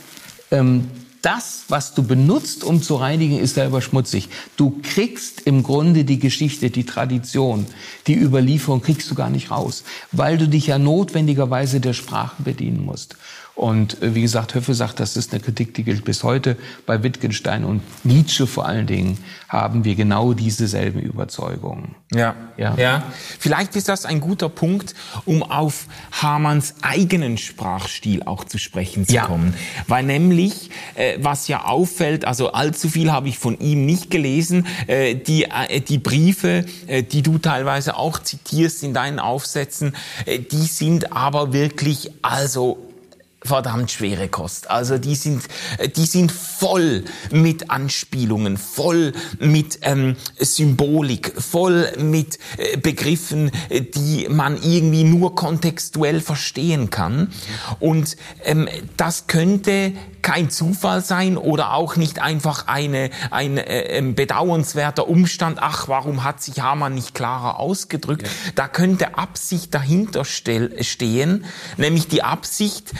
das, was du benutzt, um zu reinigen, ist selber schmutzig. Du kriegst im Grunde die Geschichte, die Tradition, die Überlieferung kriegst du gar nicht raus, weil du dich ja notwendigerweise der Sprache bedienen musst. Und wie gesagt, Höffe sagt, das ist eine Kritik, die gilt bis heute. Bei Wittgenstein und Nietzsche vor allen Dingen haben wir genau dieselben Überzeugungen. Ja. Vielleicht ist das ein guter Punkt, um auf Hamanns eigenen Sprachstil auch zu sprechen zu kommen. Weil nämlich, was ja auffällt, also allzu viel habe ich von ihm nicht gelesen, die Briefe, die du teilweise auch zitierst in deinen Aufsätzen, die sind aber wirklich, verdammt schwere Kost. Also die sind voll mit Anspielungen, voll mit Symbolik, voll mit Begriffen, die man irgendwie nur kontextuell verstehen kann. Und das könnte kein Zufall sein oder auch nicht einfach ein bedauernswerter Umstand, warum hat sich Hamann nicht klarer ausgedrückt? Ja. Da könnte Absicht dahinter stehen, nämlich die Absicht,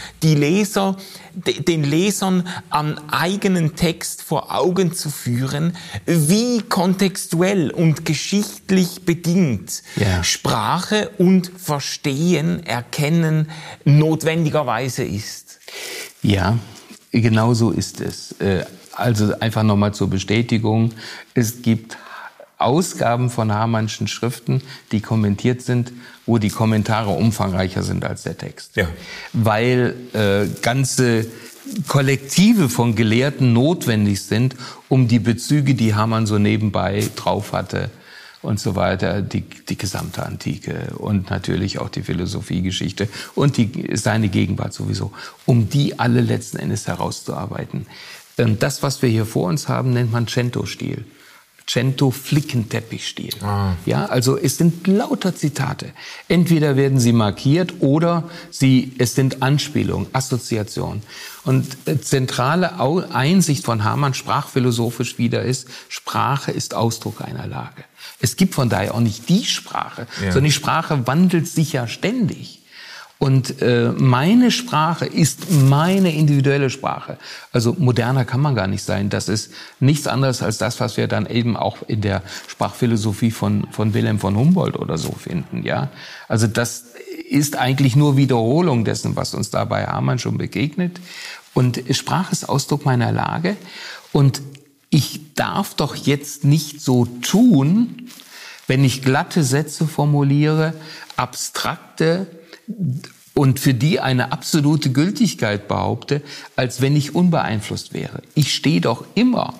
den Lesern am eigenen Text vor Augen zu führen, wie kontextuell und geschichtlich bedingt Sprache und Verstehen, Erkennen notwendigerweise ist. Ja, genau so ist es. Also einfach nochmal zur Bestätigung. Es gibt Ausgaben von Hamannsche Schriften, die kommentiert sind, wo die Kommentare umfangreicher sind als der Text. Ja. Weil ganze Kollektive von Gelehrten notwendig sind, um die Bezüge, die Hamann so nebenbei drauf hatte und so weiter, die gesamte Antike und natürlich auch die Philosophiegeschichte und seine Gegenwart sowieso, um die alle letzten Endes herauszuarbeiten. Das, was wir hier vor uns haben, nennt man Cento-Stil. Cento-Flickenteppichstil. Ja, also es sind lauter Zitate. Entweder werden sie markiert oder es sind Anspielungen, Assoziationen. Und zentrale Einsicht von Hamann sprachphilosophisch wieder ist, Sprache ist Ausdruck einer Lage. Es gibt von daher auch nicht die Sprache, sondern die Sprache wandelt sich ja ständig. Und meine Sprache ist meine individuelle Sprache. Also moderner kann man gar nicht sein. Das ist nichts anderes als das, was wir dann eben auch in der Sprachphilosophie von Wilhelm von Humboldt oder so finden. Ja, also das ist eigentlich nur Wiederholung dessen, was uns da bei Hamann schon begegnet. Und Sprache ist Ausdruck meiner Lage. Und ich darf doch jetzt nicht so tun, wenn ich glatte Sätze formuliere, abstrakte und für die eine absolute Gültigkeit behaupte, als wenn ich unbeeinflusst wäre. Ich stehe doch immer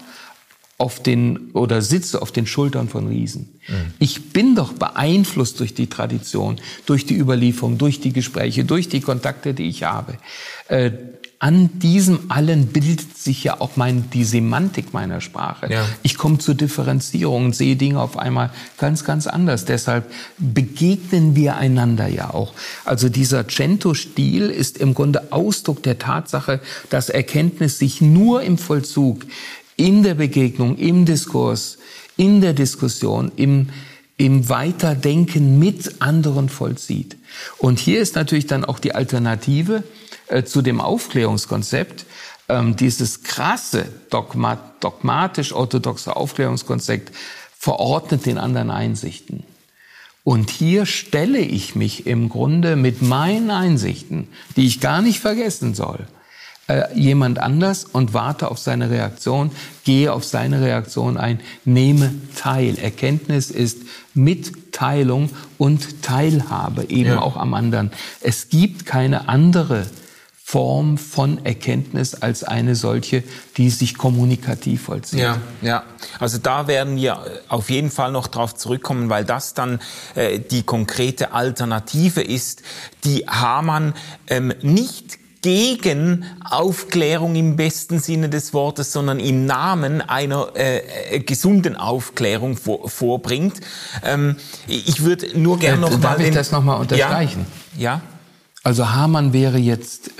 sitze auf den Schultern von Riesen. Ich bin doch beeinflusst durch die Tradition, durch die Überlieferung, durch die Gespräche, durch die Kontakte, die ich habe. An diesem allen bildet sich ja auch die Semantik meiner Sprache. Ja. Ich komme zur Differenzierung und sehe Dinge auf einmal ganz, ganz anders. Deshalb begegnen wir einander ja auch. Also dieser Cento-Stil ist im Grunde Ausdruck der Tatsache, dass Erkenntnis sich nur im Vollzug, in der Begegnung, im Diskurs, in der Diskussion, im Weiterdenken mit anderen vollzieht. Und hier ist natürlich dann auch die Alternative zu dem Aufklärungskonzept, dieses krasse, dogmatisch-orthodoxe Aufklärungskonzept verordnet den anderen Einsichten. Und hier stelle ich mich im Grunde mit meinen Einsichten, die ich gar nicht vergessen soll, jemand anders und warte auf seine Reaktion, gehe auf seine Reaktion ein, nehme teil. Erkenntnis ist Mitteilung und Teilhabe eben auch am anderen. Es gibt keine andere Form von Erkenntnis als eine solche, die sich kommunikativ vollzieht. Ja. Also da werden wir auf jeden Fall noch drauf zurückkommen, weil das dann die konkrete Alternative ist, die Hamann nicht gegen Aufklärung im besten Sinne des Wortes, sondern im Namen einer gesunden Aufklärung vorbringt. Ich würde nur gerne noch Darf ich das nochmal unterstreichen? Ja. Also Hamann wäre jetzt,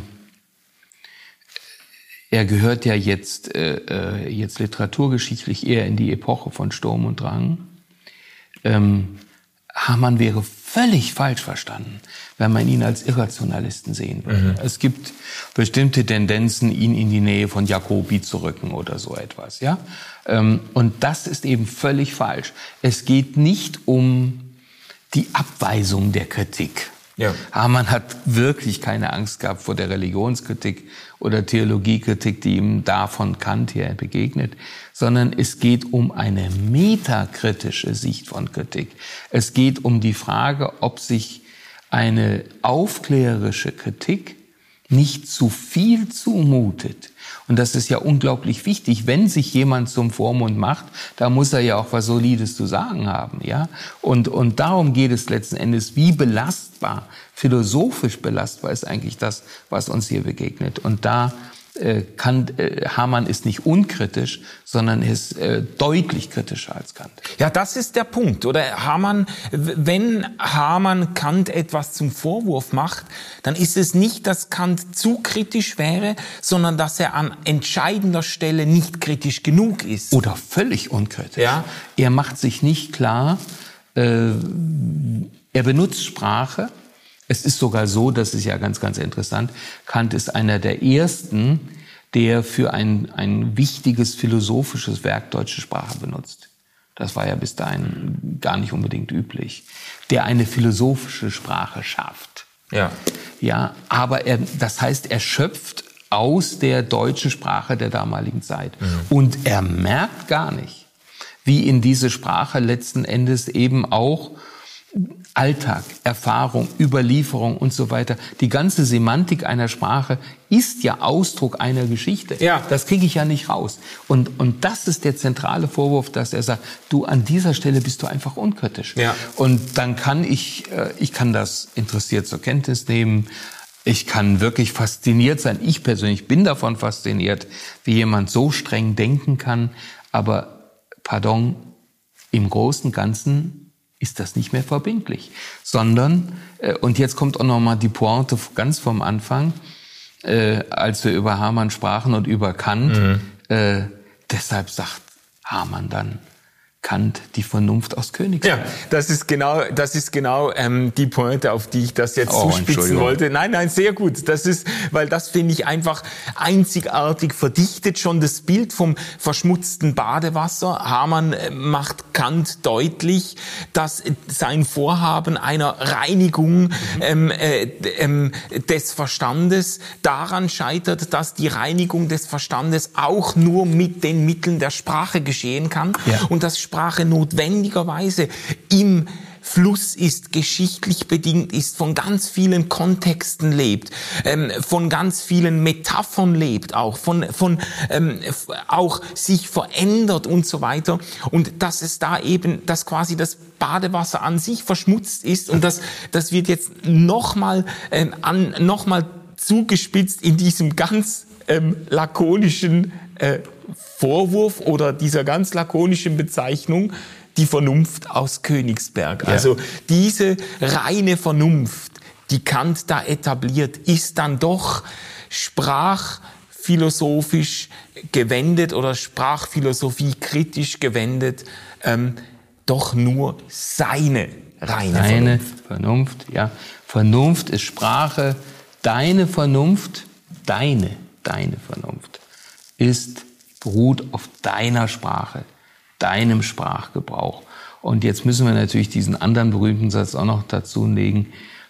er gehört ja jetzt literaturgeschichtlich eher in die Epoche von Sturm und Drang. Hamann wäre völlig falsch verstanden, wenn man ihn als Irrationalisten sehen würde. Es gibt bestimmte Tendenzen, ihn in die Nähe von Jacobi zu rücken oder so etwas, ja. Und das ist eben völlig falsch. Es geht nicht um die Abweisung der Kritik. Ja. Hamann hat wirklich keine Angst gehabt vor der Religionskritik oder Theologiekritik, die ihm da von Kant her begegnet, sondern es geht um eine metakritische Sicht von Kritik. Es geht um die Frage, ob sich eine aufklärerische Kritik nicht zu viel zumutet. Und das ist ja unglaublich wichtig. Wenn sich jemand zum Vormund macht, da muss er ja auch was Solides zu sagen haben, ja. Und darum geht es letzten Endes, wie belastbar, philosophisch belastbar ist eigentlich das, was uns hier begegnet. Und da Hamann ist nicht unkritisch, sondern ist deutlich kritischer als Kant. Ja, das ist der Punkt, oder? Wenn Hamann Kant etwas zum Vorwurf macht, dann ist es nicht, dass Kant zu kritisch wäre, sondern dass er an entscheidender Stelle nicht kritisch genug ist. Oder völlig unkritisch. Ja? Er macht sich nicht klar, er benutzt Sprache. Es ist sogar so, das ist ja ganz, ganz interessant, Kant ist einer der ersten, der für ein wichtiges philosophisches Werk deutsche Sprache benutzt. Das war ja bis dahin gar nicht unbedingt üblich. Der eine philosophische Sprache schafft. Ja, aber das heißt, er schöpft aus der deutschen Sprache der damaligen Zeit. Und er merkt gar nicht, wie in diese Sprache letzten Endes eben auch Alltag, Erfahrung, Überlieferung und so weiter. Die ganze Semantik einer Sprache ist ja Ausdruck einer Geschichte. Ja. Das kriege ich ja nicht raus. Und das ist der zentrale Vorwurf, dass er sagt, du, an dieser Stelle bist du einfach unkritisch. Ja. Und dann kann ich kann das interessiert zur Kenntnis nehmen. Ich kann wirklich fasziniert sein. Ich persönlich bin davon fasziniert, wie jemand so streng denken kann. Aber, pardon, im Großen und Ganzen ist das nicht mehr verbindlich, sondern, und jetzt kommt auch noch mal die Pointe ganz vom Anfang, als wir über Hamann sprachen und über Kant, deshalb sagt Hamann dann, Kant, die Vernunft aus Königsberg. Ja, das ist genau die Pointe, auf die ich das jetzt zuspitzen wollte. Nein, sehr gut. Weil das finde ich einfach einzigartig verdichtet schon das Bild vom verschmutzten Badewasser. Hamann macht Kant deutlich, dass sein Vorhaben einer Reinigung des Verstandes daran scheitert, dass die Reinigung des Verstandes auch nur mit den Mitteln der Sprache geschehen kann. Ja. Und dass Sprache notwendigerweise im Fluss ist, geschichtlich bedingt ist, von ganz vielen Kontexten lebt, von ganz vielen Metaphern lebt, auch auch sich verändert und so weiter. Und dass es da eben, dass quasi das Badewasser an sich verschmutzt ist und das wird jetzt nochmal zugespitzt in diesem ganz lakonischen Vorwurf oder dieser ganz lakonischen Bezeichnung, die Vernunft aus Königsberg. Ja. Also diese reine Vernunft, die Kant da etabliert, ist dann doch sprachphilosophisch gewendet oder Sprachphilosophie kritisch gewendet, doch nur seine reine Vernunft. Ja. Vernunft ist Sprache. Deine Vernunft beruht auf deiner Sprache, deinem Sprachgebrauch. Und jetzt müssen wir natürlich diesen anderen berühmten Satz auch noch dazu legen.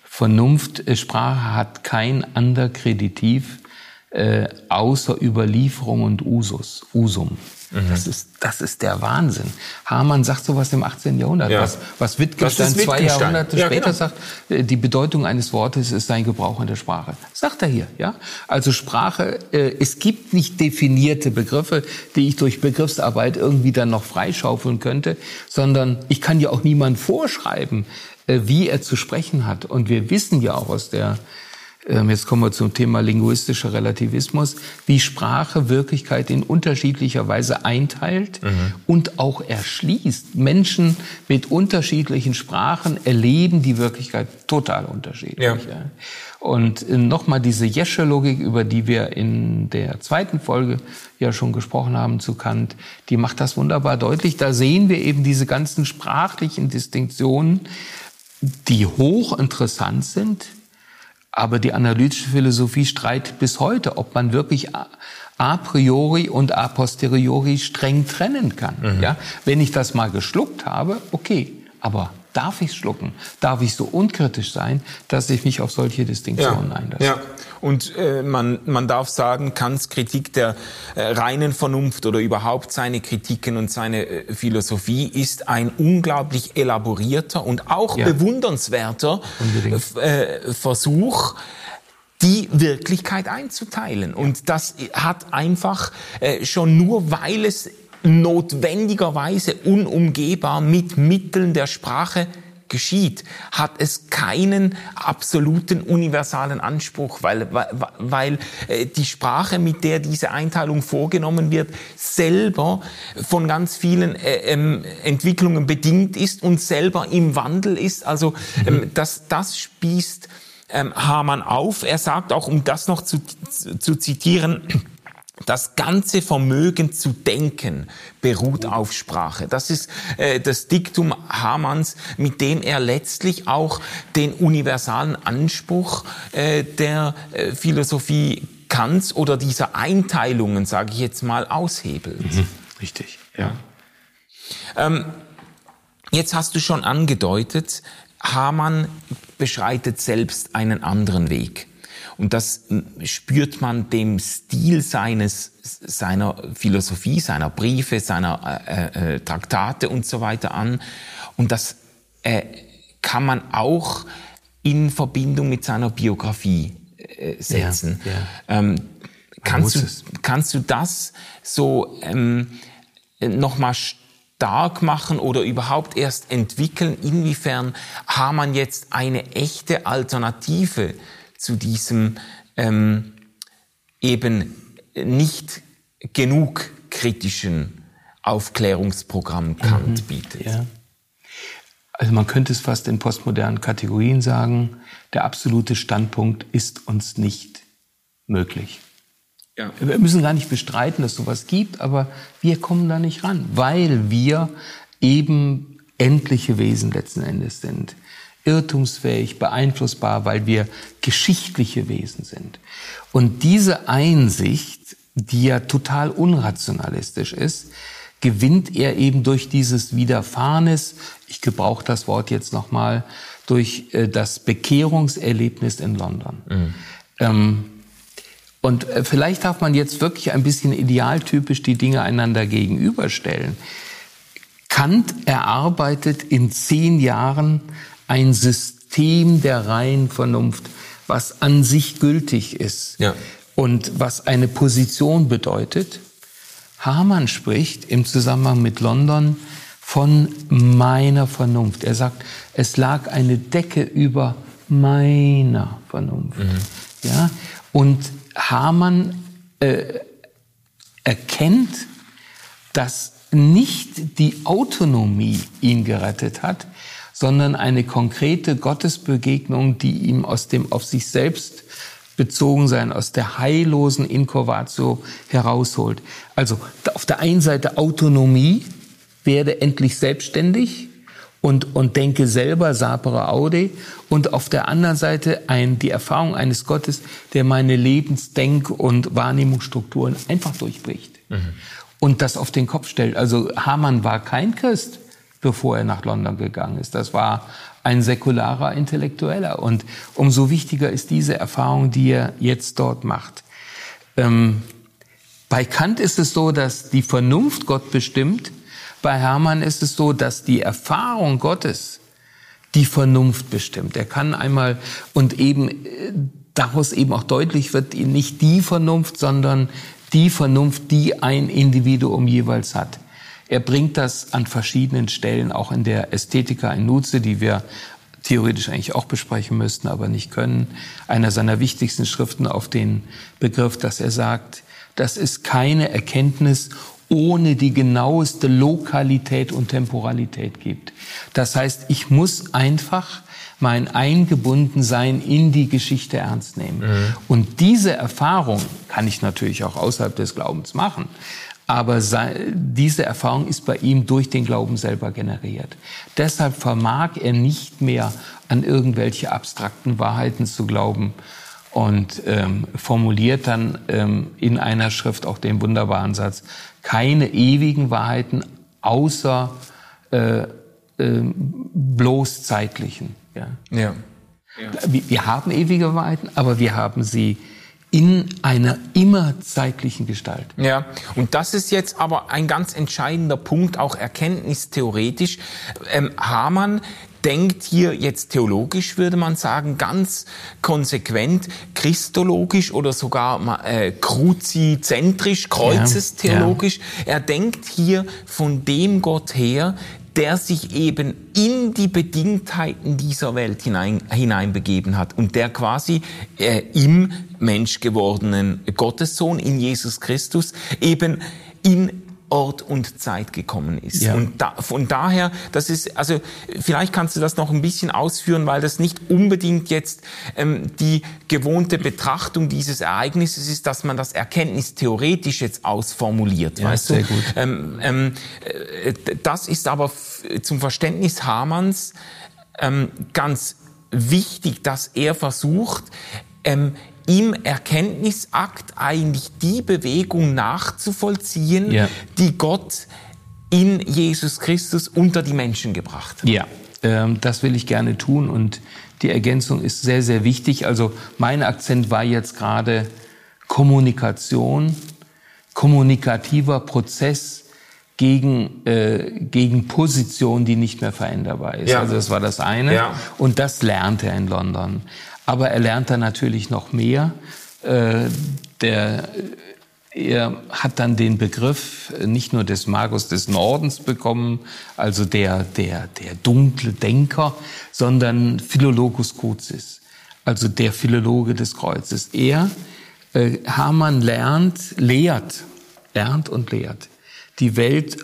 Sprache hat kein Anderkreditiv außer Überlieferung und Usum. Das ist der Wahnsinn. Hamann sagt sowas im 18. Jahrhundert. Ja. Was Wittgenstein 2 Jahrhunderte später sagt, die Bedeutung eines Wortes ist sein Gebrauch in der Sprache. Sagt er hier, ja? Also Sprache, es gibt nicht definierte Begriffe, die ich durch Begriffsarbeit irgendwie dann noch freischaufeln könnte, sondern ich kann ja auch niemand vorschreiben, wie er zu sprechen hat. Und wir wissen ja auch aus der jetzt kommen wir zum Thema linguistischer Relativismus, wie Sprache Wirklichkeit in unterschiedlicher Weise einteilt und auch erschließt. Menschen mit unterschiedlichen Sprachen erleben die Wirklichkeit total unterschiedlich. Ja. Und nochmal diese Jesche-Logik, über die wir in der zweiten Folge ja schon gesprochen haben zu Kant, die macht das wunderbar deutlich. Da sehen wir eben diese ganzen sprachlichen Distinktionen, die hochinteressant sind. Aber die analytische Philosophie streitet bis heute, ob man wirklich a priori und a posteriori streng trennen kann. Ja? Wenn ich das mal geschluckt habe, okay, aber darf ich schlucken? Darf ich so unkritisch sein, dass ich mich auf solche Distinktionen einlasse? Ja. Und man darf sagen, Kants Kritik der reinen Vernunft oder überhaupt seine Kritiken und seine Philosophie ist ein unglaublich elaborierter und auch bewundernswerter Versuch, die Wirklichkeit einzuteilen. Und das hat einfach schon nur, weil es notwendigerweise unumgehbar mit Mitteln der Sprache geschieht, hat es keinen absoluten universalen Anspruch, weil die Sprache, mit der diese Einteilung vorgenommen wird, selber von ganz vielen Entwicklungen bedingt ist und selber im Wandel ist. Also das spießt Hamann auf. Er sagt auch, um das noch zu zitieren, das ganze Vermögen zu denken beruht auf Sprache. Das ist das Diktum Hamanns, mit dem er letztlich auch den universalen Anspruch der Philosophie Kants oder dieser Einteilungen, sage ich jetzt mal, aushebelt. Richtig, ja. Jetzt hast du schon angedeutet, Hamann beschreitet selbst einen anderen Weg. Und das spürt man dem Stil seiner Philosophie, seiner Briefe, seiner Traktate und so weiter an. Und das kann man auch in Verbindung mit seiner Biografie setzen. Kannst du das so nochmal stark machen oder überhaupt erst entwickeln? Inwiefern Hamann jetzt eine echte Alternative zu diesem eben nicht genug kritischen Aufklärungsprogramm Kant bietet? Ja. Also man könnte es fast in postmodernen Kategorien sagen, der absolute Standpunkt ist uns nicht möglich. Ja. Wir müssen gar nicht bestreiten, dass es sowas gibt, aber wir kommen da nicht ran, weil wir eben endliche Wesen letzten Endes sind. Irrtumsfähig, beeinflussbar, weil wir geschichtliche Wesen sind. Und diese Einsicht, die ja total unrationalistisch ist, gewinnt er eben durch dieses Widerfahrenes, ich gebrauche das Wort jetzt nochmal, durch das Bekehrungserlebnis in London. Und vielleicht darf man jetzt wirklich ein bisschen idealtypisch die Dinge einander gegenüberstellen. Kant erarbeitet in 10 Jahren ein System der reinen Vernunft, was an sich gültig ist und was eine Position bedeutet. Hamann spricht im Zusammenhang mit London von meiner Vernunft. Er sagt, es lag eine Decke über meiner Vernunft. Ja? Und Hamann erkennt, dass nicht die Autonomie ihn gerettet hat, sondern eine konkrete Gottesbegegnung, die ihm aus dem auf sich selbst bezogen sein, aus der heillosen Incorvatio herausholt. Also auf der einen Seite Autonomie, werde endlich selbstständig und denke selber, sapere aude, und auf der anderen Seite die Erfahrung eines Gottes, der meine Lebensdenk- und Wahrnehmungsstrukturen einfach durchbricht und das auf den Kopf stellt. Also Hamann war kein Christ, bevor er nach London gegangen ist. Das war ein säkularer Intellektueller. Und umso wichtiger ist diese Erfahrung, die er jetzt dort macht. Bei Kant ist es so, dass die Vernunft Gott bestimmt. Bei Hamann ist es so, dass die Erfahrung Gottes die Vernunft bestimmt. Er kann einmal, und eben daraus eben auch deutlich wird, nicht die Vernunft, sondern die Vernunft, die ein Individuum jeweils hat. Er bringt das an verschiedenen Stellen, auch in der Ästhetica in Nutze, die wir theoretisch eigentlich auch besprechen müssten, aber nicht können. Einer seiner wichtigsten Schriften auf den Begriff, dass er sagt, das ist keine Erkenntnis ohne die genaueste Lokalität und Temporalität gibt. Das heißt, ich muss einfach mein Eingebundensein in die Geschichte ernst nehmen. Und diese Erfahrung kann ich natürlich auch außerhalb des Glaubens machen. Aber diese Erfahrung ist bei ihm durch den Glauben selber generiert. Deshalb vermag er nicht mehr an irgendwelche abstrakten Wahrheiten zu glauben und formuliert dann in einer Schrift auch den wunderbaren Satz, keine ewigen Wahrheiten außer bloß zeitlichen. Ja. Wir haben ewige Wahrheiten, aber wir haben sie in einer immer zeitlichen Gestalt. Ja, und das ist jetzt aber ein ganz entscheidender Punkt, auch erkenntnistheoretisch. Hamann denkt hier jetzt theologisch, würde man sagen, ganz konsequent, christologisch oder sogar kruzizentrisch, kreuzestheologisch. Ja. Er denkt hier von dem Gott her, der sich eben in die Bedingtheiten dieser Welt hineinbegeben hat und der quasi im menschgewordenen Gottessohn, in Jesus Christus, eben in Ort und Zeit gekommen ist. Ja. Und von daher, das ist, also vielleicht kannst du das noch ein bisschen ausführen, weil das nicht unbedingt jetzt die gewohnte Betrachtung dieses Ereignisses ist, dass man das erkenntnistheoretisch jetzt ausformuliert. Ja, weißt sehr du? Gut. Das ist aber zum Verständnis Hamanns ganz wichtig, dass er versucht, im Erkenntnisakt eigentlich die Bewegung nachzuvollziehen, die Gott in Jesus Christus unter die Menschen gebracht hat. Ja, das will ich gerne tun. Und Die Ergänzung ist sehr, sehr wichtig. Also mein Akzent war jetzt gerade Kommunikation, kommunikativer Prozess gegen Position, die nicht mehr veränderbar ist. Ja. Also das war das eine. Ja. Und das lernt er in London. Aber er lernt da natürlich noch mehr. Er hat dann den Begriff nicht nur des Magus des Nordens bekommen, also der dunkle Denker, sondern Philologus Crucis, also der Philologe des Kreuzes. Hamann lernt und lehrt, die Welt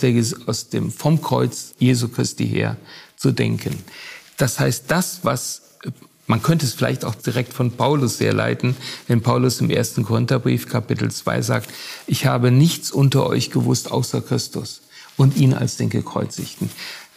vom Kreuz Jesu Christi her zu denken. Das heißt, man könnte es vielleicht auch direkt von Paulus herleiten, wenn Paulus im 1. Korintherbrief Kapitel 2 sagt, ich habe nichts unter euch gewusst außer Christus und ihn als den Gekreuzigten.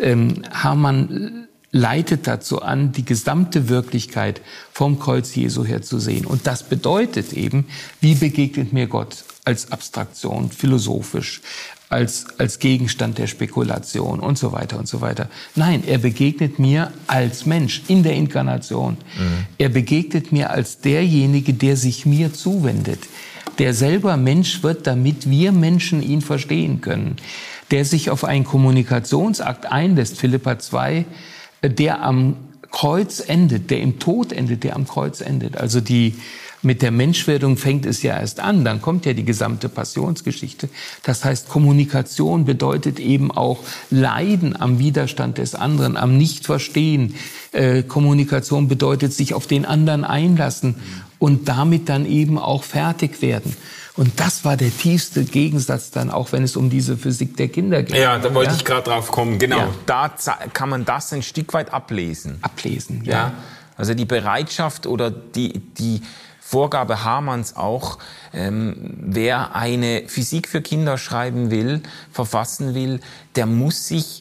Hamann leitet dazu an, die gesamte Wirklichkeit vom Kreuz Jesu her zu sehen. Und das bedeutet eben, wie begegnet mir Gott als Abstraktion, philosophisch, als Gegenstand der Spekulation und so weiter und so weiter. Nein, er begegnet mir als Mensch in der Inkarnation. Mhm. Er begegnet mir als derjenige, der sich mir zuwendet, der selber Mensch wird, damit wir Menschen ihn verstehen können, der sich auf einen Kommunikationsakt einlässt, Philipper 2, der am Kreuz endet, der im Tod endet, der am Kreuz endet. Also mit der Menschwerdung fängt es ja erst an, dann kommt ja die gesamte Passionsgeschichte. Das heißt, Kommunikation bedeutet eben auch Leiden am Widerstand des anderen, am Nichtverstehen. Kommunikation bedeutet sich auf den anderen einlassen und damit dann eben auch fertig werden. Und das war der tiefste Gegensatz dann, auch wenn es um diese Physik der Kinder geht. Ja, da wollte ich gerade drauf kommen. Genau, ja. Da kann man das ein Stück weit ablesen. Ja. Also die Bereitschaft oder die Vorgabe Hamanns auch, wer eine Physik für Kinder schreiben will, verfassen will, der muss sich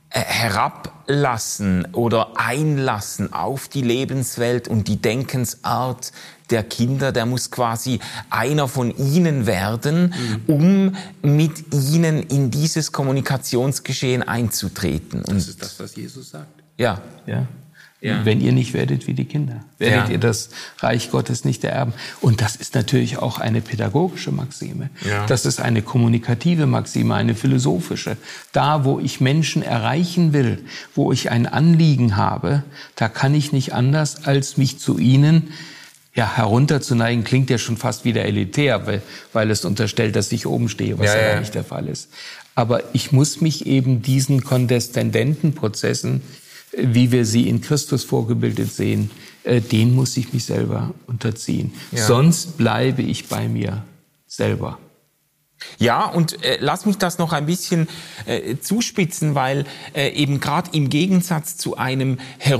herablassen oder einlassen auf die Lebenswelt und die Denkensart der Kinder. Der muss quasi einer von ihnen werden, um mit ihnen in dieses Kommunikationsgeschehen einzutreten. Und das ist das, was Jesus sagt. Ja. Ja. Wenn ihr nicht werdet wie die Kinder, werdet ihr das Reich Gottes nicht ererben. Und das ist natürlich auch eine pädagogische Maxime. Ja. Das ist eine kommunikative Maxime, eine philosophische. Da, wo ich Menschen erreichen will, wo ich ein Anliegen habe, da kann ich nicht anders, als mich zu ihnen herunterzuneigen, klingt ja schon fast wieder elitär, weil es unterstellt, dass ich oben stehe, was ja nicht der Fall ist. Aber ich muss mich eben diesen kondeszendenten Prozessen, wie wir sie in Christus vorgebildet sehen, den muss ich mich selber unterziehen. Ja. Sonst bleibe ich bei mir selber. Ja, und lass mich das noch ein bisschen zuspitzen, weil eben gerade im Gegensatz zu einem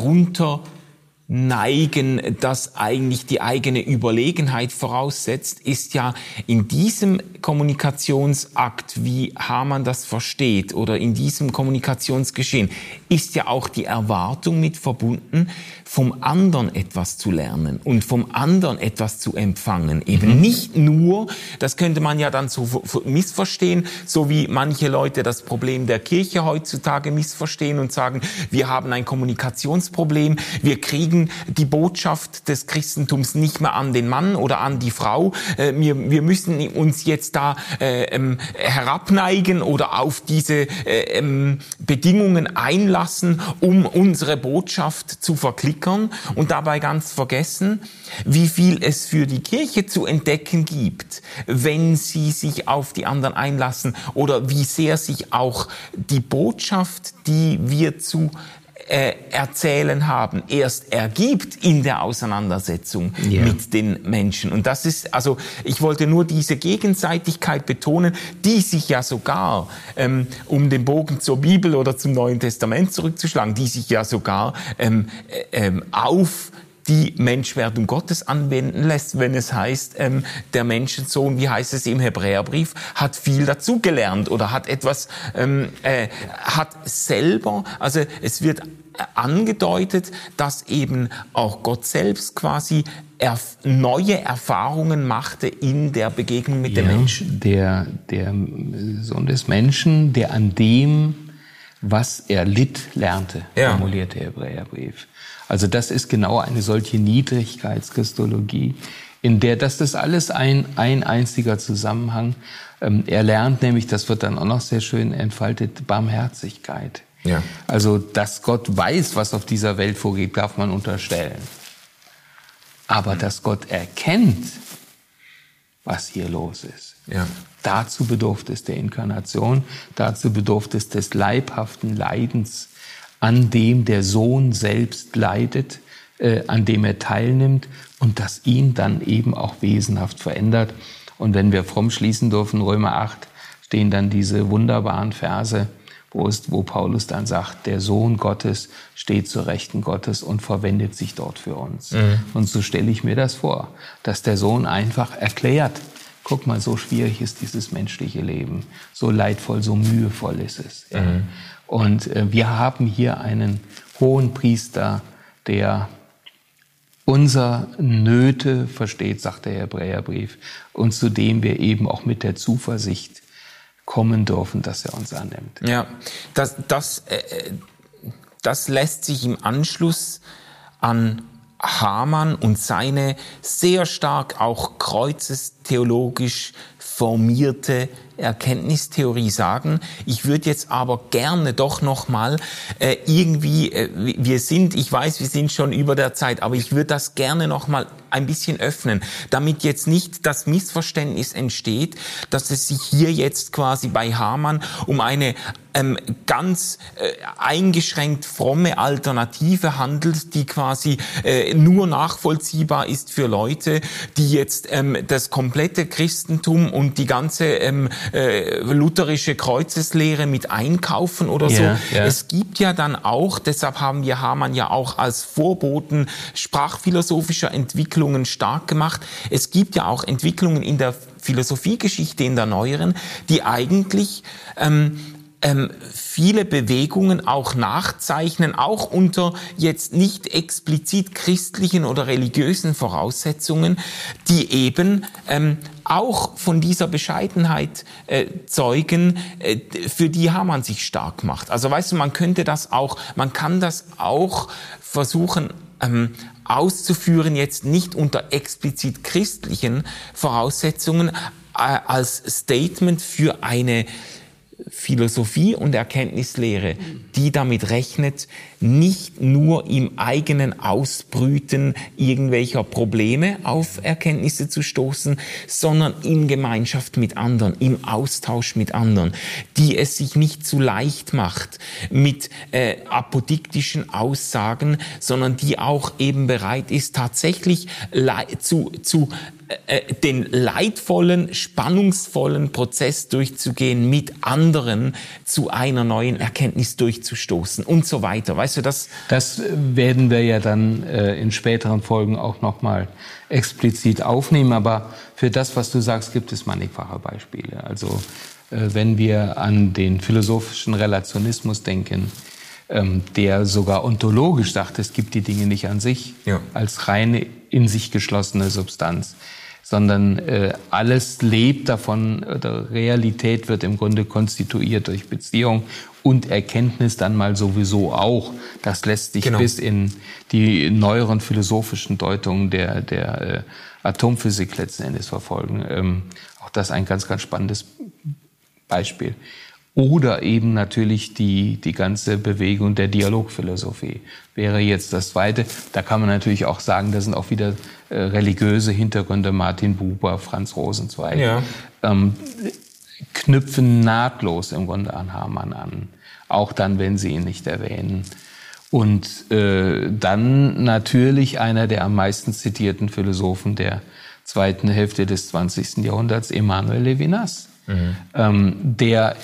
Neigen, das eigentlich die eigene Überlegenheit voraussetzt, ist ja in diesem Kommunikationsakt, wie Hamann das versteht, oder in diesem Kommunikationsgeschehen, ist ja auch die Erwartung mit verbunden, vom anderen etwas zu lernen und vom anderen etwas zu empfangen. Eben nicht nur, das könnte man ja dann so missverstehen, so wie manche Leute das Problem der Kirche heutzutage missverstehen und sagen, wir haben ein Kommunikationsproblem, wir kriegen die Botschaft des Christentums nicht mehr an den Mann oder an die Frau. Wir müssen uns jetzt da herabneigen oder auf diese Bedingungen einlassen, um unsere Botschaft zu verklickern und dabei ganz vergessen, wie viel es für die Kirche zu entdecken gibt, wenn sie sich auf die anderen einlassen oder wie sehr sich auch die Botschaft, die wir zu erzählen haben, erst ergibt in der Auseinandersetzung mit den Menschen. Und das ist, also ich wollte nur diese Gegenseitigkeit betonen, die sich ja sogar, um den Bogen zur Bibel oder zum Neuen Testament zurückzuschlagen, die sich ja sogar auf die Menschwerdung Gottes anwenden lässt, wenn es heißt, der Menschensohn, wie heißt es im Hebräerbrief, hat viel dazugelernt oder hat etwas, hat selber, also es wird angedeutet, dass eben auch Gott selbst quasi neue Erfahrungen machte in der Begegnung mit dem Menschen. Der Sohn des Menschen, der an dem, was er litt, lernte, formuliert der Hebräerbrief. Also das ist genau eine solche Niedrigkeitschristologie, in der das alles ein einziger Zusammenhang. Er lernt nämlich, das wird dann auch noch sehr schön entfaltet, Barmherzigkeit. Ja. Also, dass Gott weiß, was auf dieser Welt vorgeht, darf man unterstellen. Aber dass Gott erkennt, was hier los ist. Ja. Dazu bedurfte es der Inkarnation, dazu bedurfte es des leibhaften Leidens, an dem der Sohn selbst leidet, an dem er teilnimmt und das ihn dann eben auch wesenhaft verändert. Und wenn wir fromm schließen dürfen, Römer 8, stehen dann diese wunderbaren Verse, wo Paulus dann sagt, der Sohn Gottes steht zur Rechten Gottes und verwendet sich dort für uns. Mhm. Und so stelle ich mir das vor, dass der Sohn einfach erklärt, guck mal, so schwierig ist dieses menschliche Leben, so leidvoll, so mühevoll ist es. Ja. Mhm. Und wir haben hier einen hohen Priester, der unser Nöte versteht, sagt der Hebräerbrief, und zu dem wir eben auch mit der Zuversicht kommen dürfen, dass er uns annimmt. Ja, das lässt sich im Anschluss an Hamann und seine sehr stark auch kreuzestheologisch formierte Erkenntnistheorie sagen. Ich würde jetzt aber gerne doch noch mal ich weiß, wir sind schon über der Zeit, aber ich würde das gerne noch mal ein bisschen öffnen, damit jetzt nicht das Missverständnis entsteht, dass es sich hier jetzt quasi bei Hamann um eine ganz eingeschränkt fromme Alternative handelt, die quasi nur nachvollziehbar ist für Leute, die jetzt das komplette Christentum und die ganze lutherische Kreuzeslehre mit einkaufen oder so. Ja. Es gibt ja dann auch, deshalb haben wir Hamann ja auch als Vorboten sprachphilosophischer Entwicklungen stark gemacht. Es gibt ja auch Entwicklungen in der Philosophiegeschichte, in der neueren, die eigentlich viele Bewegungen auch nachzeichnen, auch unter jetzt nicht explizit christlichen oder religiösen Voraussetzungen, die eben auch von dieser Bescheidenheit zeugen, für die Hamann sich stark macht. Also weißt du, man kann das auch versuchen auszuführen, jetzt nicht unter explizit christlichen Voraussetzungen, als Statement für eine Philosophie und Erkenntnislehre, die damit rechnet, nicht nur im eigenen Ausbrüten irgendwelcher Probleme auf Erkenntnisse zu stoßen, sondern in Gemeinschaft mit anderen, im Austausch mit anderen, die es sich nicht zu leicht macht mit apodiktischen Aussagen, sondern die auch eben bereit ist, tatsächlich den leidvollen, spannungsvollen Prozess durchzugehen, mit anderen zu einer neuen Erkenntnis durchzustoßen und so weiter. Weißt du, das werden wir ja dann in späteren Folgen auch nochmal explizit aufnehmen. Aber für das, was du sagst, gibt es mannigfache Beispiele. Also wenn wir an den philosophischen Relationismus denken, der sogar ontologisch sagt, es gibt die Dinge nicht an sich, als reine in sich geschlossene Substanz, sondern alles lebt davon, oder Realität wird im Grunde konstituiert durch Beziehung und Erkenntnis dann mal sowieso auch. Das lässt sich bis in die neueren philosophischen Deutungen der Atomphysik letzten Endes verfolgen. Auch das ein ganz, ganz spannendes Beispiel. Oder eben natürlich die ganze Bewegung der Dialogphilosophie wäre jetzt das Zweite. Da kann man natürlich auch sagen, da sind auch wieder religiöse Hintergründe, Martin Buber, Franz Rosenzweig, knüpfen nahtlos im Grunde an Hamann an, auch dann, wenn sie ihn nicht erwähnen. Und dann natürlich einer der am meisten zitierten Philosophen der zweiten Hälfte des 20. Jahrhunderts, Emmanuel Levinas, der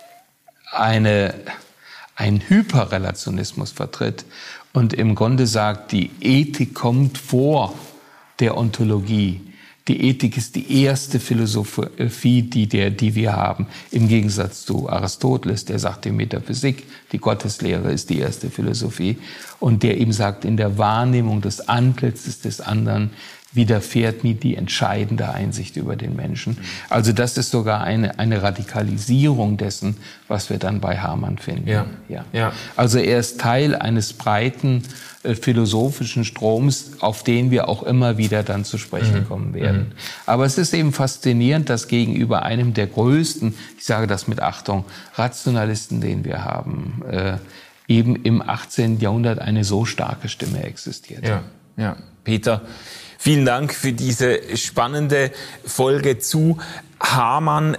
einen Hyperrelationismus vertritt und im Grunde sagt, die Ethik kommt vor der Ontologie. Die Ethik ist die erste Philosophie, die wir haben, im Gegensatz zu Aristoteles, der sagt, die Metaphysik, die Gotteslehre ist die erste Philosophie und der eben sagt, in der Wahrnehmung des Antlitzes des anderen widerfährt nie die entscheidende Einsicht über den Menschen. Also das ist sogar eine Radikalisierung dessen, was wir dann bei Hamann finden. Ja. Also er ist Teil eines breiten philosophischen Stroms, auf den wir auch immer wieder dann zu sprechen kommen werden. Aber es ist eben faszinierend, dass gegenüber einem der größten, ich sage das mit Achtung, Rationalisten, den wir haben, eben im 18. Jahrhundert eine so starke Stimme existiert. Ja. Peter, vielen Dank für diese spannende Folge zu Hamann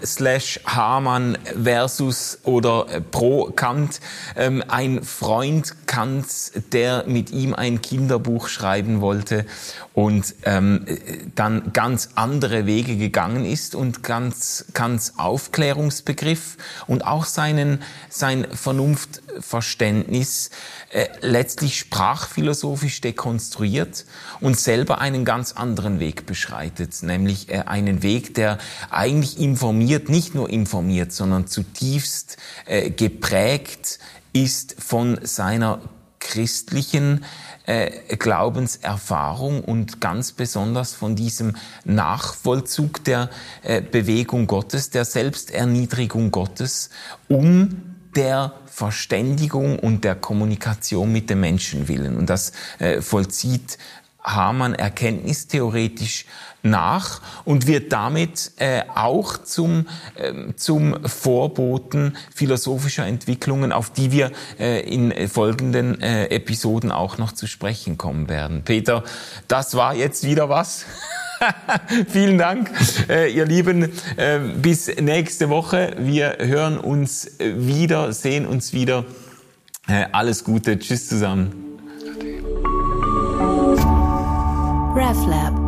versus oder pro Kant. Ein Freund Kants, der mit ihm ein Kinderbuch schreiben wollte und dann ganz andere Wege gegangen ist und Kants Aufklärungsbegriff und auch sein Vernunftverständnis letztlich sprachphilosophisch dekonstruiert und selber einen ganz anderen Weg beschreitet, nämlich einen Weg, der eigentlich nicht nur informiert, sondern zutiefst geprägt ist von seiner christlichen Glaubenserfahrung und ganz besonders von diesem Nachvollzug der Bewegung Gottes, der Selbsterniedrigung Gottes, um der Verständigung und der Kommunikation mit dem Menschen willen. Und das vollzieht Hamann erkenntnistheoretisch nach und wird damit auch zum Vorboten philosophischer Entwicklungen, auf die wir in folgenden Episoden auch noch zu sprechen kommen werden. Peter, das war jetzt wieder was. Vielen Dank, ihr Lieben. Bis nächste Woche. Wir hören uns wieder, sehen uns wieder. Alles Gute. Tschüss zusammen. RefLab